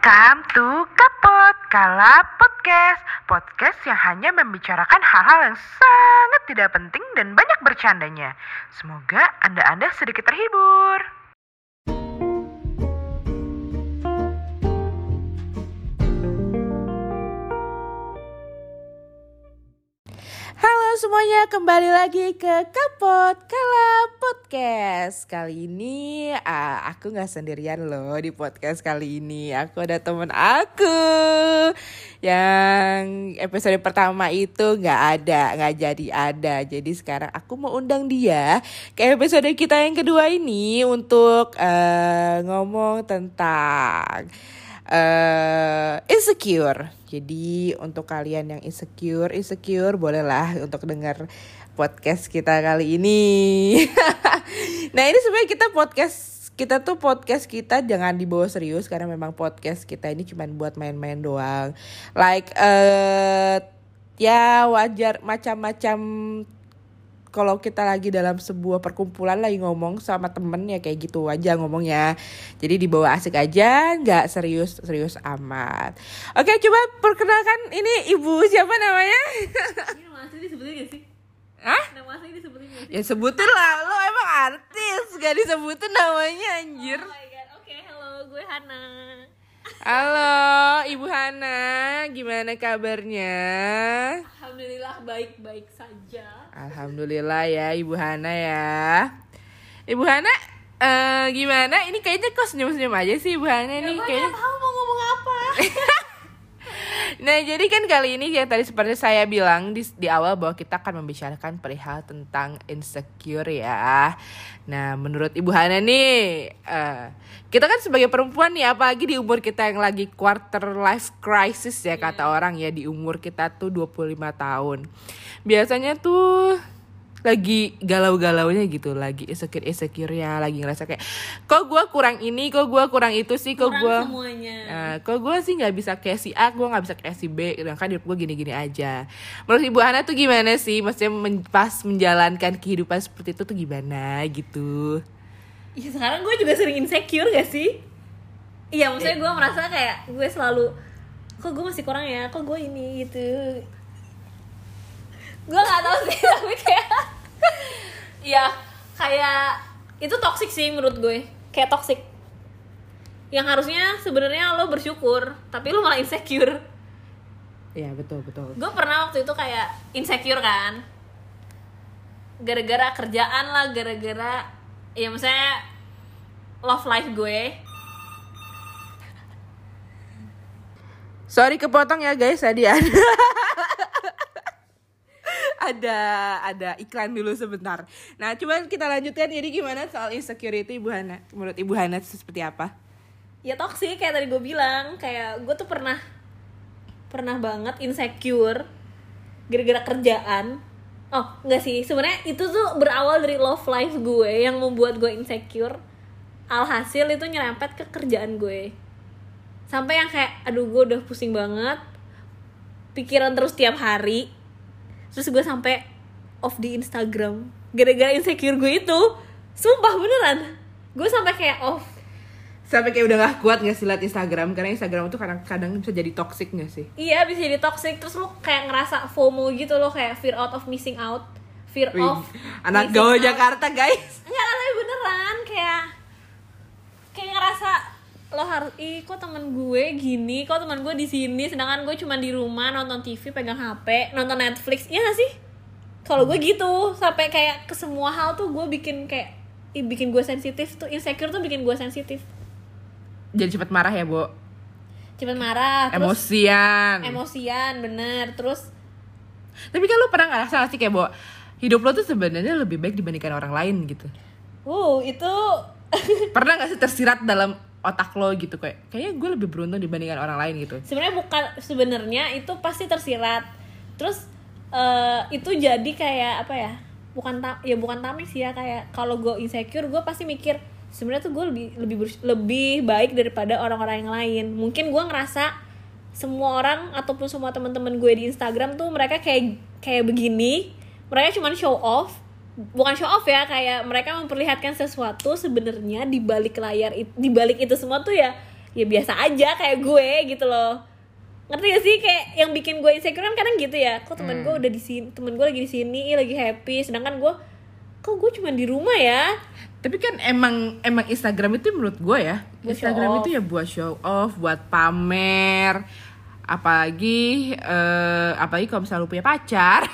Welcome to Kapot Kala Podcast. Podcast yang hanya membicarakan hal-hal yang sangat tidak penting dan banyak bercandanya. Semoga Anda sedikit terhibur. Halo semuanya, kembali lagi ke Kapot Kala Podcast. Kali ini aku gak sendirian loh di podcast kali ini. Aku ada temen aku yang episode pertama itu gak jadi ada. Jadi sekarang aku mau undang dia ke episode kita yang kedua ini untuk ngomong tentang insecure. Jadi untuk kalian yang insecure bolehlah untuk dengar podcast kita kali ini. Nah ini sebenarnya podcast kita jangan dibawa serius karena memang podcast kita ini cuma buat main-main doang. Like ya wajar macam-macam. Kalau kita lagi dalam sebuah perkumpulan lagi ngomong sama temen ya kayak gitu aja ngomongnya. Jadi dibawa asik aja, gak serius amat. Oke, coba perkenalkan ini ibu siapa namanya? Ini nama asli disebutin gak sih? Hah? Nama asli disebutin gak sih? Ya sebutin lah, lo emang artis, gak disebutin namanya anjir. Oh my god, oke, hello, gue Hana. Halo Ibu Hana, gimana kabarnya? Alhamdulillah baik-baik saja. Alhamdulillah ya Ibu Hana ya. Ibu Hana gimana? Ini kayaknya kok senyum-senyum aja sih Ibu Hana nih kayaknya. Gak tahu mau ngomong apa. Nah jadi kan kali ini yang tadi seperti saya bilang di awal bahwa kita akan membicarakan perihal tentang insecure ya. Nah menurut Ibu Hana nih kita kan sebagai perempuan nih apalagi di umur kita yang lagi quarter life crisis ya kata orang ya, di umur kita tuh 25 tahun. Biasanya tuh lagi galau-galaunya gitu, lagi insecure-nya, lagi ngerasa kayak kok gue kurang ini, kok gue kurang itu sih, kok gue semuanya. kok gue sih nggak bisa kayak si A, gue nggak bisa kayak si B, kan hidup gue gini-gini aja. Menurut Ibu Hana tuh gimana sih, maksudnya pas menjalankan kehidupan seperti itu tuh gimana gitu? Ya sekarang gue juga sering insecure gak sih? Iya maksudnya gue merasa kayak gue selalu kok gue masih kurang ya, kok gue ini gitu. Gue gak tahu sih tapi kayak ya kayak itu toxic sih menurut gue, kayak toxic yang harusnya sebenarnya lo bersyukur tapi lo malah insecure. Iya betul. Gue pernah waktu itu kayak insecure kan, gara-gara kerjaan lah, gara-gara ya misalnya love life gue. Sorry kepotong ya guys, tadi ada iklan dulu sebentar. Nah, coba kita lanjutkan. Jadi gimana soal insecurity Ibu Hana? Menurut Ibu Hana seperti apa? Ya toxic kayak tadi gue bilang, kayak gue tuh pernah banget insecure gara-gara kerjaan. Oh, enggak sih. Sebenarnya itu tuh berawal dari love life gue yang membuat gue insecure. Alhasil itu nyerempet ke kerjaan gue. Sampai yang kayak aduh gue udah pusing banget. Pikiran terus tiap hari. Terus gue sampai off di Instagram gara-gara insecure gue itu. Sumpah beneran. Gue sampai kayak off. Sampai kayak udah gak kuat gak sih liat Instagram? Karena Instagram tuh kadang-kadang bisa jadi toxic gak sih? Iya bisa jadi toxic. Terus lu kayak ngerasa FOMO gitu loh, kayak fear out of missing out. Fear of anak gaul Jakarta guys. Enggak, tapi beneran kayak ngerasa lo harus kok teman gue gini, kok teman gue di sini, sedangkan gue cuma di rumah nonton TV, pegang HP, nonton Netflix. Iya gak sih? Kalau gue gitu, sampai kayak ke semua hal tuh gue bikin kayak bikin gue sensitif tuh. Insecure tuh bikin gue sensitif. Jadi cepet marah ya, Bo? Cepet marah, terus emosian, bener. Terus tapi kan lo pernah ngerasa gak sih kayak Bo, hidup lo tuh sebenarnya lebih baik dibandingkan orang lain gitu? Itu pernah gak sih tersirat dalam otak lo gitu, kayaknya gue lebih beruntung dibandingkan orang lain gitu? Sebenarnya itu pasti tersirat. Terus itu jadi kayak apa ya? Bukan tameng sih ya, kayak kalau gue insecure gue pasti mikir sebenarnya tuh gue lebih baik daripada orang-orang yang lain. Mungkin gue ngerasa semua orang ataupun semua teman-teman gue di Instagram tuh mereka kayak begini. Mereka cuma show off. Bukan show off ya, kayak mereka memperlihatkan sesuatu sebenarnya di balik layar, di balik itu semua tuh ya ya biasa aja kayak gue gitu loh. Ngerti gak sih kayak yang bikin gue insecure kan kadang gitu ya. Kok teman gue udah di sini, teman gue lagi di sini, lagi happy, sedangkan gue kok gue cuma di rumah ya. Tapi kan emang Instagram itu menurut gue ya, Buat Instagram show itu ya buat show off, buat pamer. Apalagi kalau misalnya lu punya pacar.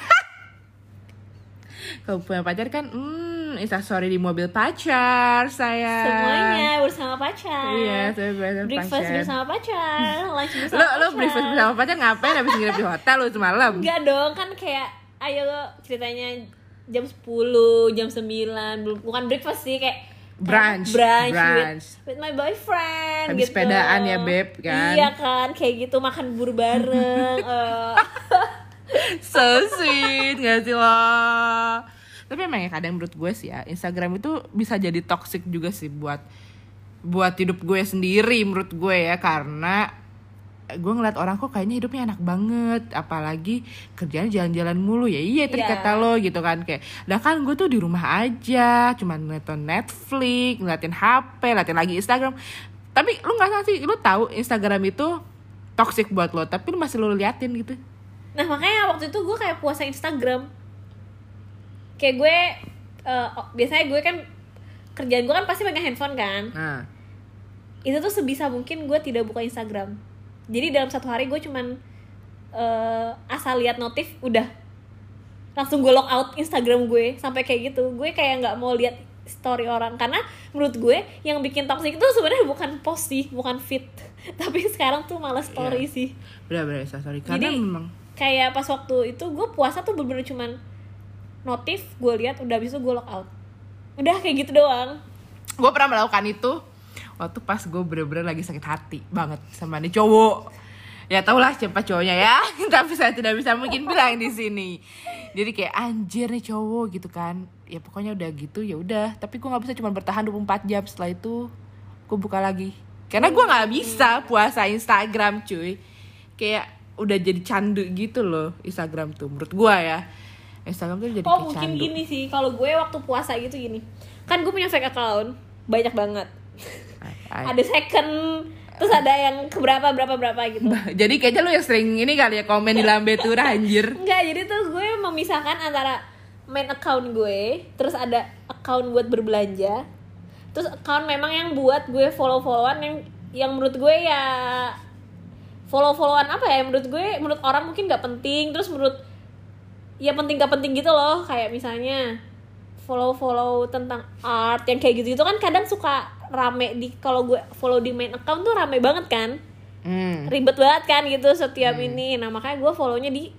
Kalau punya pacar kan Instastory di mobil pacar saya. Semuanya bersama pacar. Iya, bersama breakfast pacar. bersama pacar, lunch bersama Lo pacar. breakfast bersama pacar ngapain habis nginep di hotel lu semalam? Enggak dong, kan kayak ayo ceritanya jam 10, jam 9, bukan breakfast sih, kayak Brunch. with my boyfriend Habis gitu. sepedaan ya, Beb, kan? Iya kan, kayak gitu, makan bubur bareng. So sweet gak sih lo? Tapi emang ya kadang menurut gue sih ya, Instagram itu bisa jadi toxic juga sih buat hidup gue sendiri menurut gue ya. Karena gue ngeliat orang kok kayaknya hidupnya enak banget, apalagi kerjanya jalan-jalan mulu. Ya iya tadi Iya. kata lo gitu kan, kayak lah kan gue tuh di rumah aja cuman nonton Netflix, ngeliatin HP, ngeliatin lagi Instagram. Tapi lu nggak sih, lu tahu Instagram itu toxic buat lo, tapi lu masih lo liatin gitu. Nah makanya waktu itu gue kayak puasa Instagram. Kayak gue biasanya gue kan kerjaan gue kan pasti pegang handphone kan. Nah, Itu tuh sebisa mungkin gue tidak buka Instagram. Jadi dalam satu hari gue cuman asal lihat notif udah langsung gue log out Instagram gue. Sampai kayak gitu, gue kayak nggak mau lihat story orang, karena menurut gue yang bikin toxic itu sebenarnya bukan post sih, bukan feed, tapi sekarang tuh malah story Iya. sih. bener-bener sorry karena Jadi memang kayak pas waktu itu gue puasa tuh bener-bener cuman notif gue lihat udah, habis itu gue log out, udah kayak gitu doang. gue pernah melakukan itu waktu pas gue bener-bener lagi sakit hati banget sama nih cowok. Ya tau lah siapa cowoknya ya. Tapi saya tidak bisa mungkin bilang di sini. Jadi kayak anjir nih cowok gitu kan. Ya pokoknya udah gitu ya udah. Tapi gue nggak bisa cuma bertahan 24 jam. Setelah itu gue buka lagi. Karena gue nggak bisa puasa Instagram cuy. Kayak udah jadi candu gitu loh Instagram tuh menurut gue ya. Instagram tuh jadi kayak Mungkin candu. gini sih, kalau gue waktu puasa gitu gini, kan gue punya fake account banyak banget. Ada second, terus ada yang berapa gitu. Jadi kayaknya lu yang sering ini kali ya komen di Lambe Turah anjir. Enggak, jadi tuh gue memisahkan antara main account gue, terus ada account buat berbelanja, terus account memang yang buat gue follow-followan yang menurut gue ya follow-followan apa ya, menurut orang mungkin nggak penting, terus menurut ya penting gak penting gitu loh, kayak misalnya follow tentang art yang kayak gitu kan kadang suka rame di, kalau gue follow di main account tuh rame banget kan. Ribet banget kan gitu setiap ini. Nah makanya gue follownya di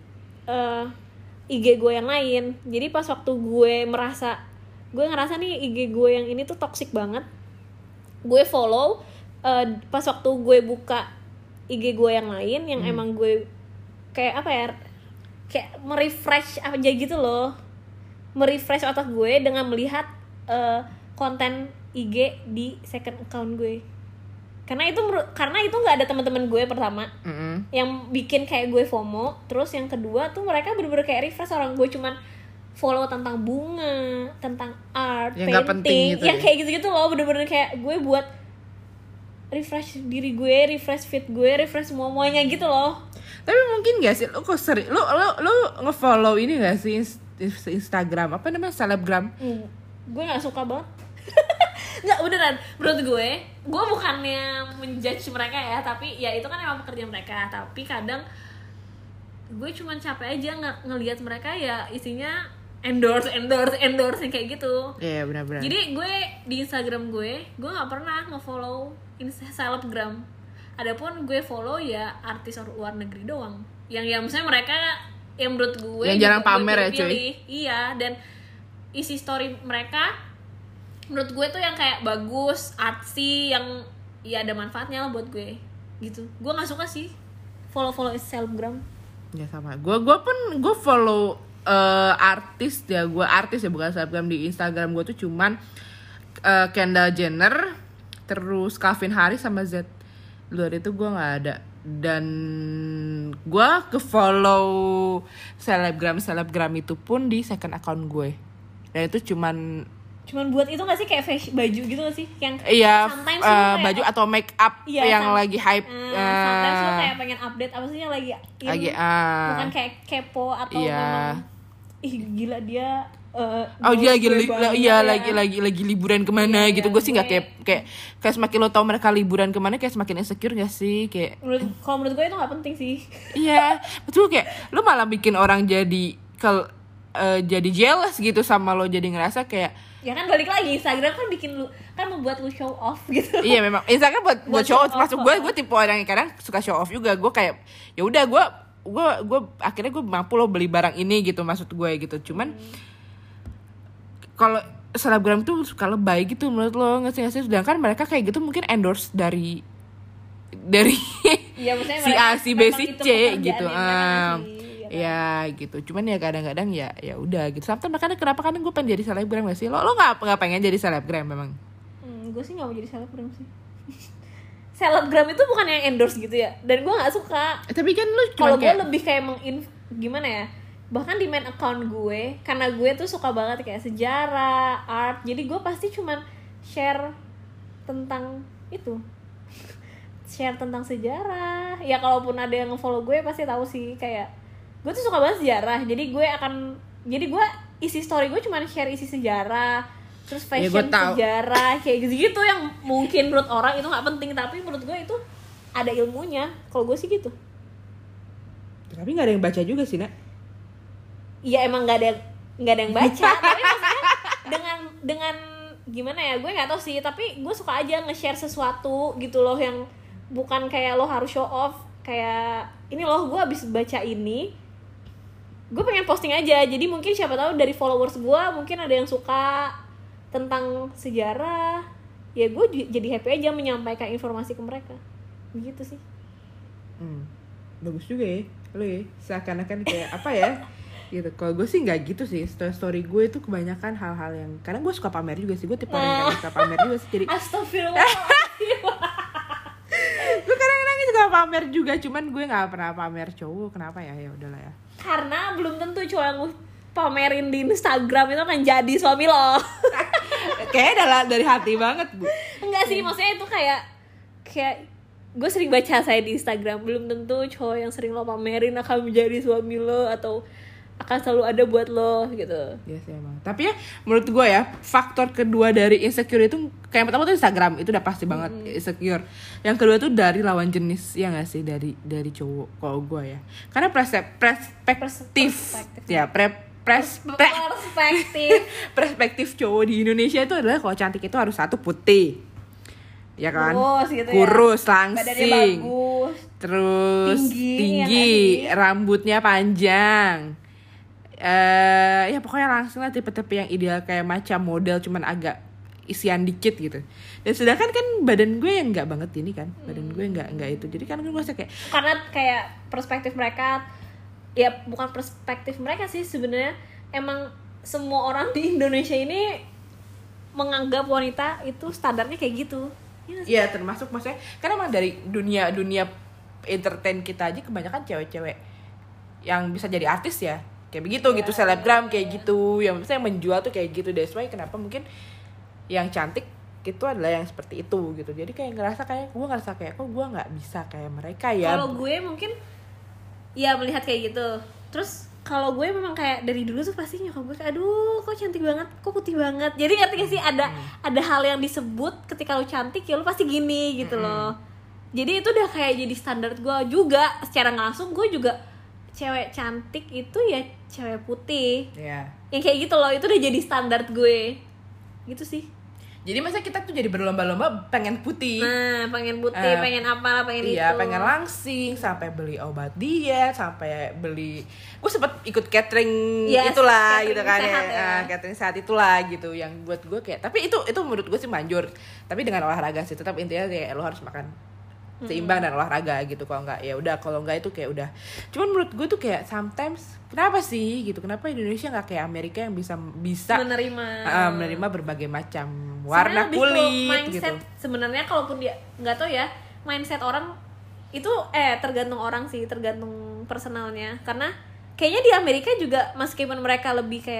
IG gue yang lain. Jadi pas waktu gue ngerasa nih IG gue yang ini tuh toxic banget, gue follow. Pas waktu gue buka IG gue yang lain yang emang gue kayak apa ya, kayak merefresh aja gitu loh, merefresh otak gue dengan melihat konten IG di second account gue. Karena itu nggak ada teman-teman gue pertama yang bikin kayak gue FOMO. Terus yang kedua tuh mereka bener-bener kayak refresh orang, gue cuman follow tentang bunga, tentang art, yang nggak penting painting, gitu yang ya? kayak gitu-gitu loh. Bener-bener kayak gue buat refresh diri gue, refresh feed gue, refresh semuanya gitu loh. Tapi mungkin gak sih lu kok sering lu nge-follow ini gak sih Instagram apa namanya selebgram? Gue nggak suka banget. Nggak, beneran, menurut gue bukannya menjudge mereka ya, tapi ya itu kan emang pekerjaan mereka. Tapi kadang gue cuman capek aja ngelihat mereka ya isinya endorse yang kayak gitu. Iya benar-benar. Jadi gue di Instagram gue nggak pernah nge-follow selebgram. Adapun gue follow ya artis luar negeri doang. Yang misalnya mereka yang menurut gue yang jarang pamer ya cuy. Iya, dan isi story mereka menurut gue tuh yang kayak bagus, artsy, yang ya ada manfaatnya lah buat gue gitu. Gue nggak suka sih follow selebgram. Ya sama. Gue follow artis ya, bukan selebgram. Di Instagram gue tuh cuman Kendall Jenner, terus Calvin Harris sama Z. Luar itu gue nggak ada. Dan gue ke-follow selebgram itu pun di second account gue. Dan itu cuman cuman buat itu nggak sih, kayak fashion baju gitu nggak sih yang Iya, sometimes lu kayak- baju atau make up Iya, yang lagi hype. sometimes lu kayak pengen update apa sih yang lagi in, lagi bukan kayak kepo atau Iya. memang ih gila dia Oh dia lagi gue banget iya ya. lagi liburan kemana Iya, gitu. Gue sih nggak gue- kayak semakin lo tau mereka liburan kemana kayak semakin insecure gak sih kayak. Kalau menurut gue itu nggak penting sih. Iya betul, kayak lo malah bikin orang jadi jadi jealous gitu sama lo, jadi ngerasa kayak Ya kan balik lagi, Instagram kan bikin lu, kan membuat lu show off gitu. iya memang Instagram buat Buat show off. show off Masuk kok. gue tipe orang yang kadang suka show off juga. Gue kayak ya udah gue akhirnya gue mampu lo beli barang ini gitu, maksud gue gitu. Cuman kalau selebgram tuh suka lebay gitu menurut lo, nggak sih? Sedangkan mereka kayak gitu mungkin endorse dari Iya, maksudnya si mereka A si B memang si itu C pekerjaan gitu. yang mereka kasih, ya kan? Ya gitu. Cuman ya kadang-kadang ya udah gitu. Sometimes makanya kenapa kadang gue pengen jadi selebgram gak sih? Lo nggak pengen jadi selebgram memang? Gue sih nggak mau jadi selebgram sih. Selebgram itu bukan yang endorse gitu ya, dan gue nggak suka. Tapi kan lo Kalau cuma gue kayak lebih kayak gimana ya, bahkan di main account gue, karena gue tuh suka banget kayak sejarah, art, jadi gue pasti cuman share tentang itu, share tentang sejarah. Ya kalaupun ada yang nge-follow gue pasti tahu sih, kayak gue tuh suka banget sejarah, jadi gue isi story gue cuman share isi sejarah, terus Ya, fashion gue tahu. sejarah kayak gitu yang mungkin menurut orang itu nggak penting, tapi menurut gue itu ada ilmunya. Kalau gue sih gitu. tapi nggak ada yang baca juga sih, Nak. Iya emang nggak ada yang baca, tapi maksudnya dengan gimana ya, gue nggak tahu sih, tapi gue suka aja nge-share sesuatu gitu loh, yang bukan kayak lo harus show off, kayak ini loh gue abis baca ini, gue pengen posting aja, jadi mungkin siapa tahu dari followers gue mungkin ada yang suka tentang sejarah, ya gue jadi happy aja menyampaikan informasi ke mereka, begitu sih. Bagus juga ya lo ya, seakan-akan kayak apa ya gitu. Kalau gue sih nggak gitu sih, story gue itu kebanyakan hal-hal yang kadang gue suka pamer juga sih. Gue tipe orang yang suka pamer juga sih, jadi Astagfirullahaladzim. gue kadang-kadang suka pamer juga. Cuman gue nggak pernah pamer cowok, kenapa ya? Ya udahlah ya. Karena belum tentu cowok yang lu pamerin di Instagram itu akan jadi suami lo. Kayaknya dari hati banget, Bu. Enggak sih, maksudnya itu kayak gue sering baca saya di Instagram, belum tentu cowok yang sering lo pamerin akan menjadi suami lo atau akan selalu ada buat lo gitu. Iya sih emang. Tapi ya menurut gue ya, faktor kedua dari insecure itu kayak pertama tuh Instagram, itu udah pasti banget insecure. Yang kedua tuh dari lawan jenis, ya nggak sih, dari cowok kalau gue ya. Karena perspektif ya perspektif cowok di Indonesia itu adalah kalau cantik itu harus satu putih, ya kan, Kurus gitu ya. kurus Badannya langsing, bagus. terus tinggi, rambutnya panjang, ya pokoknya langsung lah, tipe-tipe yang ideal, kayak macam model cuman agak isian dikit gitu. Dan sedangkan kan badan gue yang nggak banget ini kan, badan gue nggak itu, jadi kan gue merasa kayak Karena kayak perspektif mereka, ya bukan perspektif mereka sih sebenarnya, emang semua orang di Indonesia ini menganggap wanita itu standarnya kayak gitu. Iya nggak sih? ya termasuk maksudnya karena emang dari dunia entertain kita aja kebanyakan cewek-cewek yang bisa jadi artis ya kayak begitu gitu, selebgram kayak gitu, yang misalnya menjual tuh kayak gitu. That's why kenapa mungkin yang cantik itu adalah yang seperti itu gitu. Jadi kayak gue ngerasa kayak kok gue nggak bisa kayak mereka ya. Kalau gue mungkin ya melihat kayak gitu. Terus kalau gue memang kayak dari dulu tuh pasti nyokap gue kayak aduh kok cantik banget, kok putih banget. Jadi ngerti gak sih, ada hal yang disebut ketika lo cantik ya lo pasti gini gitu loh. Jadi itu udah kayak jadi standar gue juga. Secara nggak langsung gue juga cewek cantik itu ya cewek putih. Ya. Yang kayak gitu loh, itu udah jadi standar gue. Gitu sih. Jadi masa kita tuh jadi berlomba-lomba pengen putih. Nah, pengen putih, pengen apalah, pengen itu. Iya, pengen langsing, sampai beli obat diet, sampai beli, gue sempet ikut catering Yes, itulah catering gitu kan sehat ya. catering sehat itulah gitu, yang buat gue kayak, tapi itu menurut gue sih manjur, tapi dengan olahraga sih, tetap intinya kayak lo harus makan seimbang dan olahraga gitu. Kalau enggak ya udah, kalau enggak itu kayak udah. Cuman menurut gue tuh kayak sometimes kenapa sih gitu, kenapa Indonesia nggak kayak Amerika yang bisa menerima berbagai macam warna Sebenarnya lebih ke kulit mindset, gitu. sebenarnya kalaupun dia nggak tahu ya, mindset orang itu tergantung orang sih, tergantung personalnya. Karena kayaknya di Amerika juga meskipun mereka lebih kayak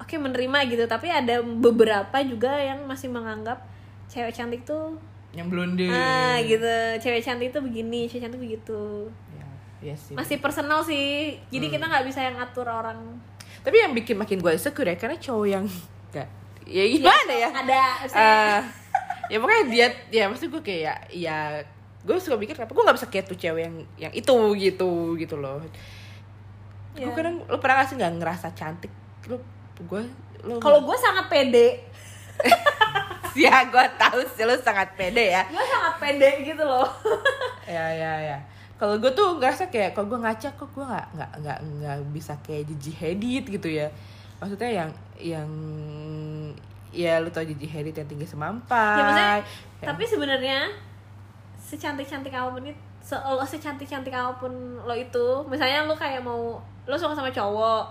oke menerima gitu, tapi ada beberapa juga yang masih menganggap cewek cantik tuh yang blonde gitu, cewek cantik tuh begini, cewek cantik begitu. Iya sih. Masih personal sih, jadi kita nggak bisa yang ngatur orang. Tapi yang bikin makin gue insecure ya karena cowok yang gak, ya gimana ya? Ada. Ya pokoknya dia, ya maksud gue kayak ya gue suka mikir kenapa gue nggak bisa kayak tuh cewek yang itu gitu loh. Yeah. Gue kadang, lo pernah gak sih nggak ngerasa cantik? Lo Kalau gue sangat pede. Ya gue tahu sih lo sangat pede ya. Gue sangat pede gitu loh. Ya. Kalau gue tuh ngerasa kayak kalau gue ngaca kok gue nggak bisa kayak Gigi Hadid gitu ya. Maksudnya yang ya lu tau Gigi Hadid yang tinggi semampai. Ya maksudnya, tapi sebenarnya secantik-cantik apapun itu, secantik-cantik apapun lo itu, misalnya lo kayak mau lo suka sama cowok,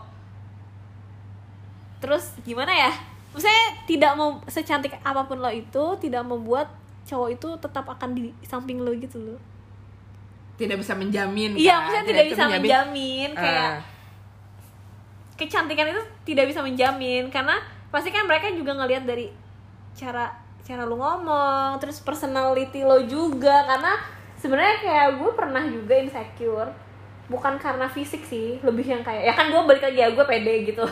terus gimana ya? Maksudnya tidak mau secantik apapun lo itu tidak membuat cowok itu tetap akan di samping lo gitu loh. Tidak bisa menjamin. Iya, kan? maksudnya tidak bisa menjamin kayak kecantikan itu tidak bisa menjamin karena pasti kan mereka juga ngelihat dari cara lu ngomong, terus personality lo juga. Karena sebenarnya kayak gue pernah juga insecure, bukan karena fisik sih, lebih yang kayak ya kan gue balik lagi ya gue pede gitu.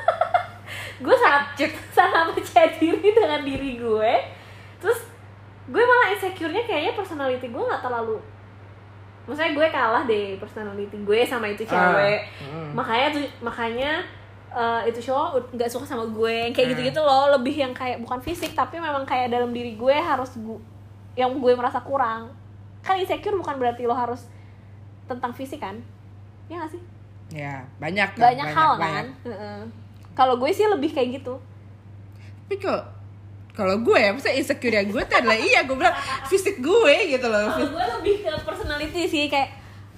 Gue sangat percaya diri dengan diri gue, terus gue malah insecure-nya kayaknya personality gue nggak terlalu, maksudnya gue kalah deh personality gue sama itu cewek. Makanya itu cowok nggak suka sama gue kayak gitu-gitu loh, lebih yang kayak bukan fisik tapi memang kayak dalam diri gue harus yang gue merasa kurang. Kan insecure bukan berarti lo harus tentang fisik kan, ya nggak sih? Ya banyak hal kan. Kalau gue sih lebih kayak gitu. Tapi kalau gue ya, maksudnya insecure ya gue tuh adalah iya gue bilang fisik gue gitu loh. Kalau gue lebih ke personality sih, kayak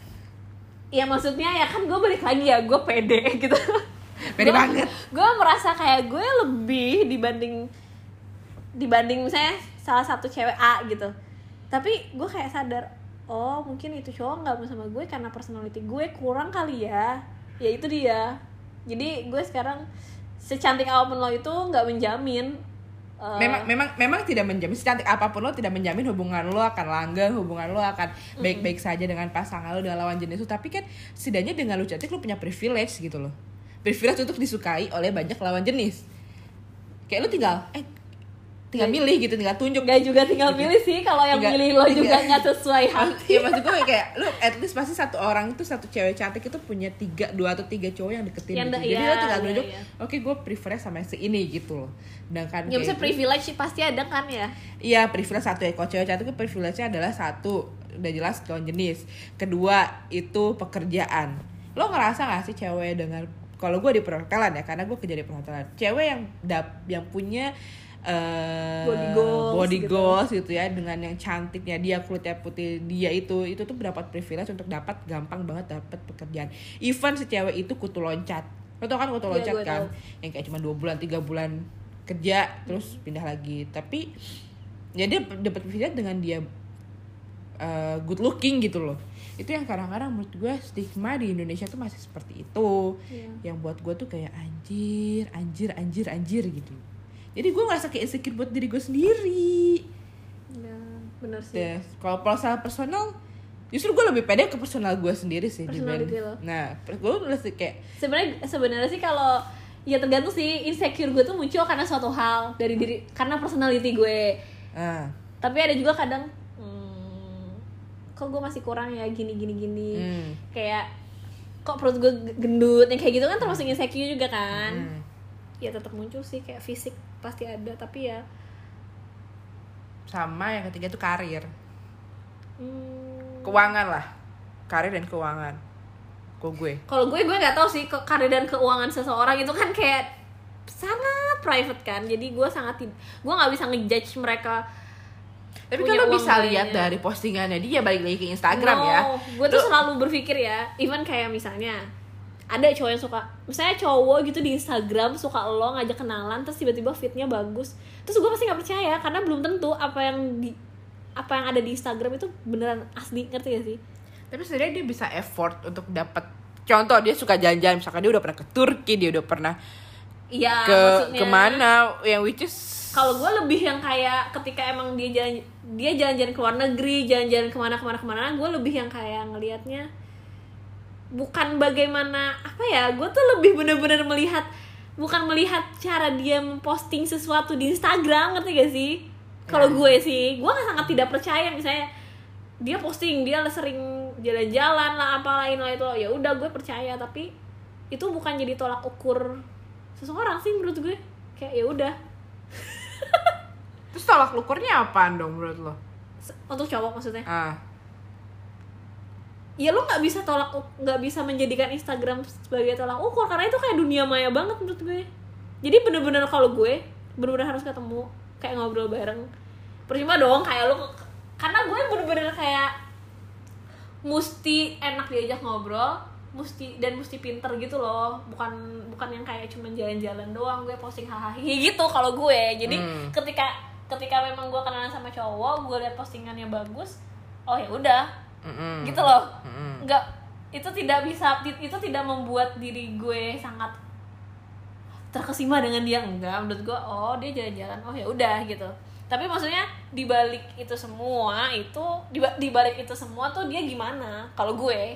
ya maksudnya ya kan gue balik lagi ya gue pede gitu. Pede banget. Gue merasa kayak gue lebih dibanding misalnya salah satu cewek A gitu. Tapi gue kayak sadar, oh mungkin itu cowok nggak mau sama gue karena personality gue kurang kali ya. Ya itu dia. Jadi gue sekarang secantik apapun lo itu nggak menjamin. Memang tidak menjamin, secantik apapun lo tidak menjamin hubungan lo akan langgeng, hubungan lo akan baik-baik saja dengan pasangan lo, dengan lawan jenis lo. Tapi kan setidaknya dengan lo cantik lo punya privilege gitu loh, privilege untuk disukai oleh banyak lawan jenis. Kayak lo tinggal milih gitu, tinggal tunjuk. Gak juga tinggal milih sih, kalau yang milih lo juga nggak sesuai hati. Ya maksud gue kayak lo at least pasti satu orang itu, satu cewek cantik itu punya 2 atau 3 cowok yang deketin gitu. Jadi lo tinggal tunjuk, oke gue prefer sama si ini gitu loh. Sedangkan ya bisa privilege sih pasti ada kan ya. Iya, privilege satu ya. Kalau cewek cantik itu privilege-nya adalah satu, udah jelas lawan jenis. Kedua itu pekerjaan. Lo ngerasa gak sih cewek dengan, kalau gue di perhotelan ya, karena gue kerja di perhotelan, cewek yang punya body goals gitu ya, dengan yang cantiknya dia, kulitnya putih dia, itu tuh mendapat privilege untuk dapat gampang banget dapat pekerjaan. Even si cewek itu kutu loncat, lo tau kan kutu loncat kan, yang kayak cuma 2 bulan 3 bulan kerja terus pindah lagi, tapi ya dia dapat privilege dengan dia good looking gitu loh. Itu yang kadang-kadang menurut gue stigma di Indonesia tuh masih seperti itu, yang buat gue tuh kayak anjir gitu. Jadi gue ngerasa kayak insecure buat diri gue sendiri. Ya, benar sih. Kalau personal, justru gue lebih pede ke personal gue sendiri sih. Personality lo. Nah, gue lebih kayak sebenarnya sih kalau ya tergantung sih, insecure gue tuh muncul karena suatu hal dari diri, karena personality gue. Tapi ada juga kadang, kok gue masih kurang ya gini. Kayak kok perut gue gendut, yang kayak gitu kan termasuk insecure juga kan. Ya tetap muncul sih, kayak fisik pasti ada, tapi ya sama yang ketiga tuh karir, keuangan lah, karir dan keuangan. Kalau gue nggak tahu sih karir dan keuangan seseorang itu kan kayak sangat private kan, jadi gue nggak bisa ngejudge mereka. Tapi kalau bisa lihat dari postingannya dia, balik lagi ke Instagram ya, gue tuh selalu berpikir ya, even kayak misalnya ada cowok yang suka, misalnya cowok gitu di Instagram suka lo, ngajak kenalan, terus tiba-tiba fitnya bagus, terus gue pasti nggak percaya karena belum tentu apa yang ada di Instagram itu beneran asli, ngerti gak sih? Tapi sebenarnya dia bisa effort untuk dapat, contoh dia suka jalan-jalan, misalkan dia udah pernah ke Turki, dia udah pernah Iya, ke maksudnya kemana yang which is kalau gue lebih yang kayak ketika emang dia jalan-jalan ke luar negeri, jalan-jalan kemana, gue lebih yang kayak ngelihatnya bukan bagaimana apa ya, gue tuh lebih bener-bener bukan melihat cara dia memposting sesuatu di Instagram, ngerti gak sih? Kalau gue sih, gue sangat tidak percaya misalnya dia posting dia sering jalan-jalan lah apa lain lah itu, ya udah gue percaya, tapi itu bukan jadi tolak ukur seseorang sih menurut gue. Kayak ya udah. terus tolak ukurnya apaan dong menurut lo? Untuk cowok maksudnya? Ah. Ya lo nggak bisa menjadikan Instagram sebagai tolak ukur karena itu kayak dunia maya banget menurut gue. Jadi bener-bener kalau gue bener-bener harus ketemu kayak ngobrol bareng. Percuma dong kayak lo, karena gue bener-bener kayak mesti enak diajak ngobrol, mesti pinter gitu loh, bukan yang kayak cuman jalan-jalan doang gue posting hahaha gitu kalau gue. Jadi ketika memang gue kenalan sama cowok, gue lihat postingannya bagus, oh ya udah gitu loh. Nggak, itu tidak membuat diri gue sangat terkesima dengan dia, enggak. Menurut gue oh dia jalan-jalan, oh ya udah gitu. Tapi maksudnya di balik itu semua tuh dia gimana kalau gue?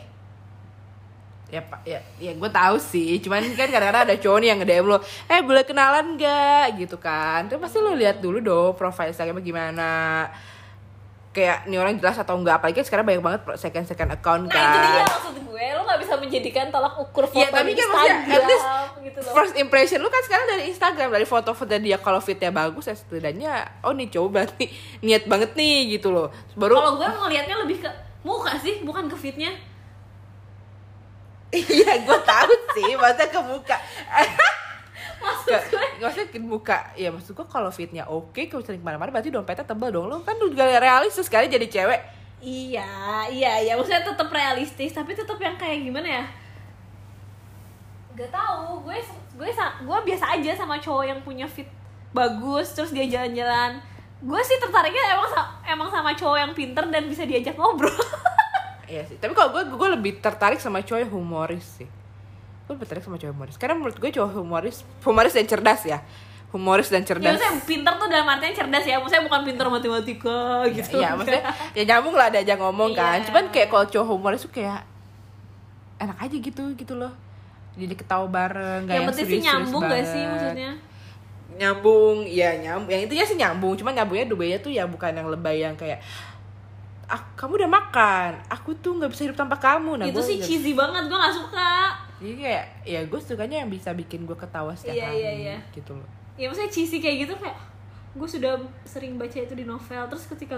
Ya gue tahu sih, cuman kan kadang-kadang ada cowok nih yang nge-DM lo, boleh kenalan gak gitu kan. Terus pasti lo lihat dulu dong profile Instagramnya gimana, kayak ini orang jelas atau enggak. Apalagi kan sekarang banyak banget second account kan. Nah itu dia maksud gue, lo gak bisa menjadikan tolak ukur foto tapi di kan maksudnya at least gitu loh. first impression lu kan sekarang dari Instagram, dari foto-foto dia, kalau fitnya bagus ya setidaknya oh nih cowok berarti niat banget nih gitu loh. Baru kalau gue ngelihatnya lebih ke muka sih, bukan ke fitnya. iya gue tahu sih, maksudnya ke muka. Maksud ke muka ya, maksud gue kalau fitnya oke, kalau sering kemana-mana berarti dompetnya tebal dong. Lo kan juga realistis sekali jadi cewek. Iya, maksudnya tetap realistis, tapi tetap yang kayak gimana ya? Gak tahu, gue biasa aja sama cowok yang punya fit bagus, terus dia jalan-jalan. Gue sih tertariknya emang sama cowok yang pinter dan bisa diajak ngobrol. Iya sih, tapi kalau gue lebih tertarik sama cowok yang humoris sih. Gue lebih tertarik sama cowok humoris, karena menurut gue cowok humoris dan cerdas ya. Humoris dan cerdas. Ya maksudnya pinter tuh dalam artian cerdas ya, maksudnya bukan pinter matematika gitu. Iya, maksudnya ya nyambung lah, ada aja ngomong kan. Iya. Cuman kayak kalau cowok humoris tuh kayak enak aja gitu loh. Jadi ketawa bareng, gak yang penting sih serius-serius nyambung banget. gak sih maksudnya? Nyambung. Yang intinya sih nyambung. Cuman nyambungnya dubainya tuh ya bukan yang lebay yang kayak kamu udah makan, aku tuh nggak bisa hidup tanpa kamu. Nah, itu sih cheesy banget, gue nggak suka. Jadi kayak ya gue sukanya yang bisa bikin gue ketawa setiap hari gitu loh. Ya maksudnya cheesy kayak gitu, kayak gue sudah sering baca itu di novel, terus ketika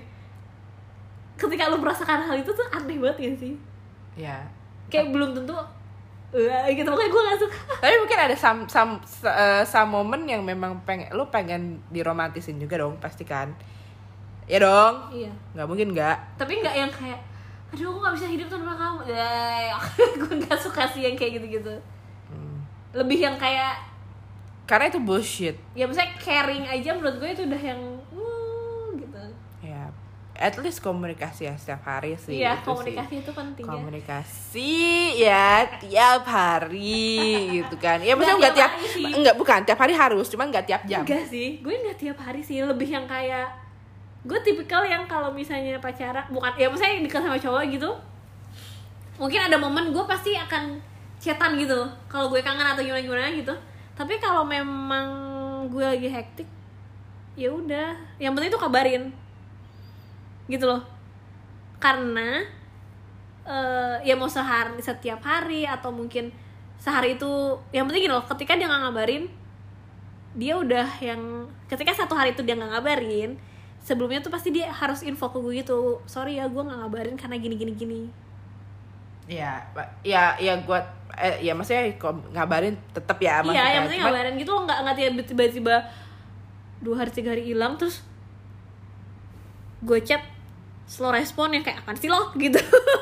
lu merasakan hal itu tuh aneh banget ya sih. Ya. Kayak belum tentu gitu, makanya gue nggak suka. Tapi mungkin ada some moment yang memang pengen diromantisin juga dong, pasti kan. Ya dong. Iya. Nggak mungkin nggak. Tapi nggak yang kayak, aduh aku nggak bisa hidup tanpa kamu. Gue nggak suka sih yang kayak gitu-gitu. Lebih yang kayak, karena itu bullshit. ya misalnya caring aja menurut gue itu udah yang gitu. Ya, at least komunikasi ya setiap hari sih. Iya, itu komunikasi itu penting komunikasi ya tiap hari gitu kan. Ya maksudnya nggak bukan tiap hari harus, cuman nggak tiap jam. Enggak sih, gue nggak tiap hari sih. Lebih yang kayak, gue tipikal yang kalau misalnya pacaran, bukan ya misalnya dekat sama cowok gitu, mungkin ada momen gue pasti akan chatan gitu kalau gue kangen atau gimana gitu. Tapi kalau memang gue lagi hektik, ya udah, yang penting tuh kabarin gitu loh. Karena ya mau setiap hari atau mungkin sehari itu, yang penting gini loh, ketika dia nggak ngabarin, dia udah yang, ketika satu hari itu dia nggak ngabarin, sebelumnya tuh pasti dia harus info ke gue gitu, sorry ya gue nggak ngabarin karena gini. Ya gue ya maksudnya ngabarin tetap ya. Iya, yang penting ngabarin gitu loh, nggak tiba-tiba 2 hari 3 hari hilang terus gue chat slow respon yang kayak apaan sih lo gitu.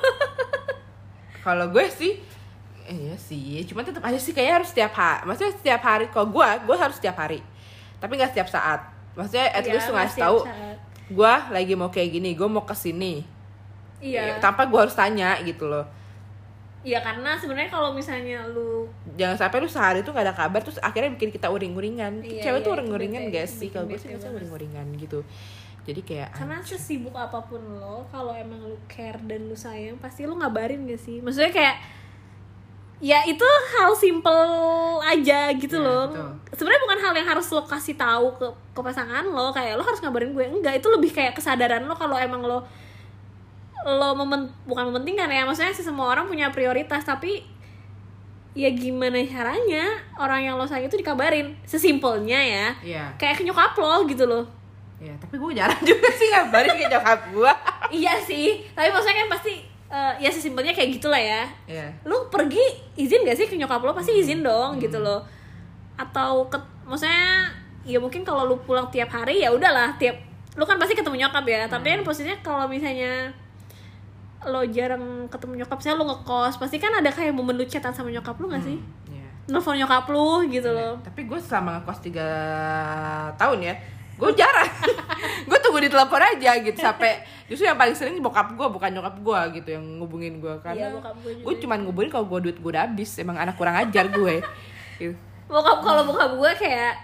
Kalau gue sih iya sih, cuma tetap aja sih kayaknya harus setiap hari. Maksudnya setiap hari, kalau gue harus setiap hari, tapi nggak setiap saat. Maksudnya at least tuh ngasih tahu gue lagi mau kayak gini, gue mau kesini. Iya. Tanpa gue harus tanya gitu loh. Ya karena sebenarnya kalau misalnya lu Jangan sampai lu sehari tuh gak ada kabar terus akhirnya bikin kita uring-uringan. Iya, Cewek iya, tuh itu uring-uringan bete, gak sih? bikin Kalau gue sih bete biasanya banget. uring-uringan gitu. Jadi kayak karena sesibuk apapun lo, kalau emang lu care dan lu sayang pasti lu ngabarin gak sih? Maksudnya kayak ya itu hal simple aja gitu Ya, loh. betul. Sebenarnya bukan hal yang harus lo kasih tahu ke pasangan lo kayak lo harus ngabarin gue, enggak, itu lebih kayak kesadaran lo kalau emang lo bukan mementingkan ya, maksudnya sih semua orang punya prioritas, tapi ya gimana caranya orang yang lo sayang itu dikabarin sesimpelnya ya, Iya. kayak ke nyokap lo gitu loh. Ya, tapi gue jarang juga sih ngabarin ke nyokap gue. Iya sih, tapi maksudnya kan pasti ya sesimpelnya kayak gitulah ya. Iya. Lu pergi izin gak sih ke nyokap lo? Pasti izin dong gitu loh. Atau maksudnya ya mungkin kalau lu pulang tiap hari ya udahlah, lu kan pasti ketemu nyokap ya. Tapi kan posisinya kalau misalnya lo jarang ketemu nyokap, misalnya lo ngekos, pasti kan ada kayak momen lu chatan sama nyokap lu gak sih? Iya. Nelfon nyokap lu gitu loh. Tapi gue selama ngekos 3 tahun ya, gue jarang. Gue tunggu di telepon aja gitu sampai justru yang paling sering bokap gue bukan nyokap gue gitu yang ngubungin gue karena Iya, bokap gue juga. gue cuman ngubungin kalau gue duit gue udah habis. Emang anak kurang ajar gue. Gitu. Kalau bokap gue kayak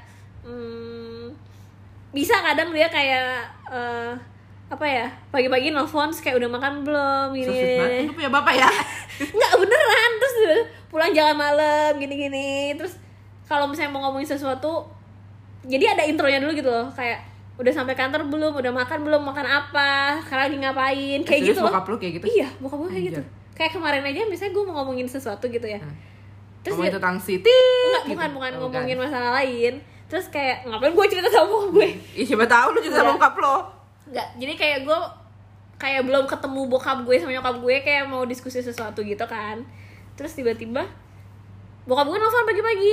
bisa kadang dia kayak apa ya, pagi-pagi nelfon terus kayak udah makan belum So sweet banget. gini. Lu punya bapak ya? Nggak beneran, terus pulang jalan malam gini-gini. Terus kalau misalnya mau ngomongin sesuatu, jadi ada intronya dulu gitu loh, kayak udah sampai kantor belum, udah makan belum, makan apa, sekarang lagi ngapain, kayak Serius gitu loh. bokap lu kayak gitu? Iya, bokap gue kayak gitu. Anjir. Kayak kemarin aja misalnya gue mau ngomongin sesuatu gitu ya. Terus Ngomongin dia, tentang Siti. enggak, gitu. bukan Oh, ngomongin masalah lain. Terus kayak ngapain gue cerita sama bokap gue? Ih, siapa tahu lu cerita sama Iya. bokap lo. Enggak, jadi kayak gue kayak belum ketemu bokap gue sama nyokap gue, kayak mau diskusi sesuatu gitu kan. Terus tiba-tiba bokap gue nelfon pagi-pagi.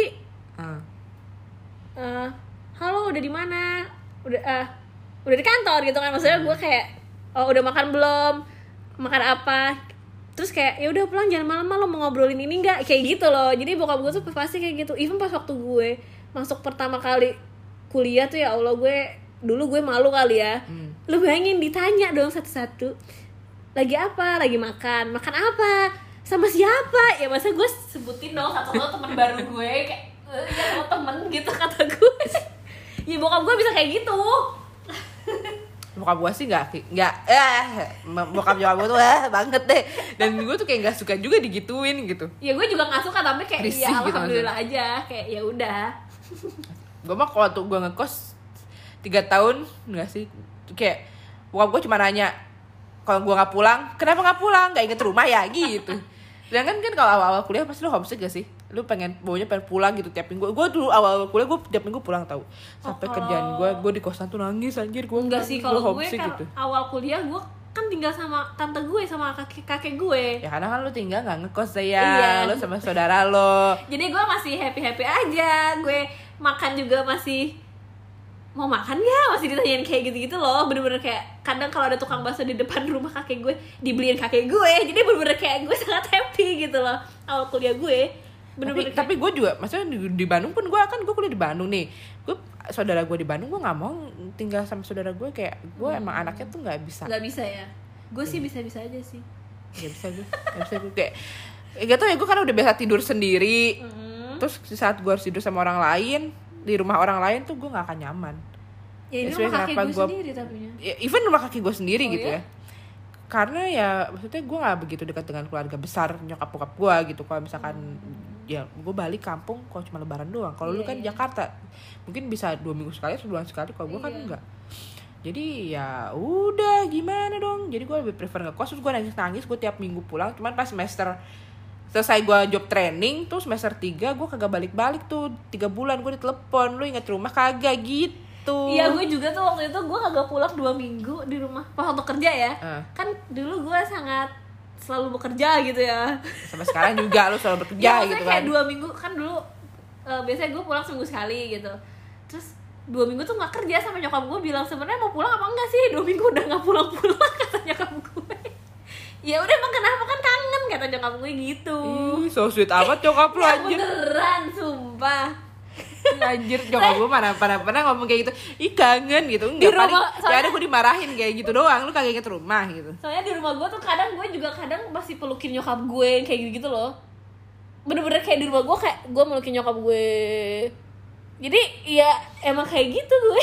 Halo, udah di mana? Udah di kantor gitu kan. Maksudnya gue kayak, oh udah makan belum? Makan apa? Terus kayak ya udah pulang, jangan malam-malam, mau ngobrolin ini enggak? Kayak gitu loh. Jadi bokap gue tuh pasti kayak gitu. Even pas waktu gue masuk pertama kali kuliah tuh, ya Allah, dulu gue malu kali ya. Lu bayangin ditanya dong satu-satu, lagi apa? Lagi makan apa? Sama siapa? Ya masa gue sebutin dong satu-satu teman baru gue, kayak ya sama temen gitu kata gue. Ya bokap gue bisa kayak gitu. Bokap gue sih nggak bokap nyokap gue tuh banget deh. Dan gue tuh kayak nggak suka juga digituin gitu. Ya gue juga nggak suka, tapi kayak Risih ya gitu alhamdulillah aja, kayak ya udah. Gue mah kalau tuh gue ngekos 3 tahun nggak sih, kayak bokap gue cuma nanya kalau gue nggak pulang, kenapa nggak pulang, nggak inget rumah ya gitu. Sedangkan kan kalau awal-awal kuliah pasti lu homesick gak sih, lu pengen pulang gitu tiap minggu. Gue dulu awal kuliah gue tiap minggu pulang tau, sampai kerjaan gue di kosan tuh nangis anjir. Gue Enggak sih, kalau gue homesick kan gitu. awal kuliah gue kan tinggal sama tante gue sama kakek gue. Ya karena kan lu tinggal nggak ngekos ya, Iya. lu sama saudara lo. Jadi gue masih happy aja. Gue makan juga masih mau makan ya, masih ditanyain kayak gitu-gitu loh. Bener-bener kayak kadang kalau ada tukang bakso di depan rumah kakek gue, dibeliin kakek gue. Jadi bener-bener kayak gue sangat happy gitu loh awal kuliah gue. Bener-bener Tapi gue juga maksudnya di Bandung pun gue kuliah di Bandung nih. Gue saudara gue di Bandung, gue nggak mau tinggal sama saudara gue, kayak gue emang anaknya tuh nggak bisa. nggak bisa ya. Gue sih bisa-bisa aja sih. Gak bisa gue kayak gak tau ya, gue karena udah biasa tidur sendiri. Terus saat gue harus tidur sama orang lain di rumah orang lain tuh gue gak akan nyaman. Ya ini Ya, rumah sebenarnya kakek kenapa gue gua- sendiri tapi Even rumah kaki gue sendiri Oh, gitu ya? ya. Karena ya maksudnya gue gak begitu dekat dengan keluarga besar nyokap bokap gue gitu. Kalau misalkan ya gue balik kampung kalau cuma lebaran doang. Kalau lu Iya, kan iya. Jakarta mungkin bisa 2 minggu sekali, sebulan sekali. Kalau gue kan Iya. enggak. Jadi ya udah gimana dong. Jadi gue lebih prefer ngekos. Terus gue nangis gue tiap minggu pulang. Cuman pas semester selesai gue job training tuh semester 3 gue kagak balik-balik tuh 3 bulan. Gue ditelepon, lu inget rumah kagak gitu. Iya, gue juga tuh waktu itu gue kagak pulang 2 minggu di rumah pas waktu kerja ya. Ah. Kan dulu gue sangat selalu bekerja gitu ya. Sampai sekarang juga lu selalu bekerja Ya, maksudnya gitu kayak kan. 2 minggu kan dulu biasanya gue pulang seminggu sekali gitu. Terus 2 minggu tuh nggak kerja, sama nyokap gue bilang sebenarnya mau pulang apa enggak sih, 2 minggu udah nggak pulang-pulang kata nyokap gue. Ya udah, emang kenapa, kan kangen kata nyokap gue gitu. Ih, so sweet amat nyokap lu Ya anjir. beneran sumpah. sih anjir? Nyokap gue mana pernah ngomong kayak gitu. Ih kangen gitu. Di Enggak rumah, paling ya ada gue dimarahin kayak gitu doang. Lu kagak inget rumah gitu. Soalnya di rumah gue tuh kadang masih pelukin nyokap gue kayak gitu loh. Bener-bener kayak di rumah gue kayak gue melukin nyokap gue. Jadi ya emang kayak gitu gue.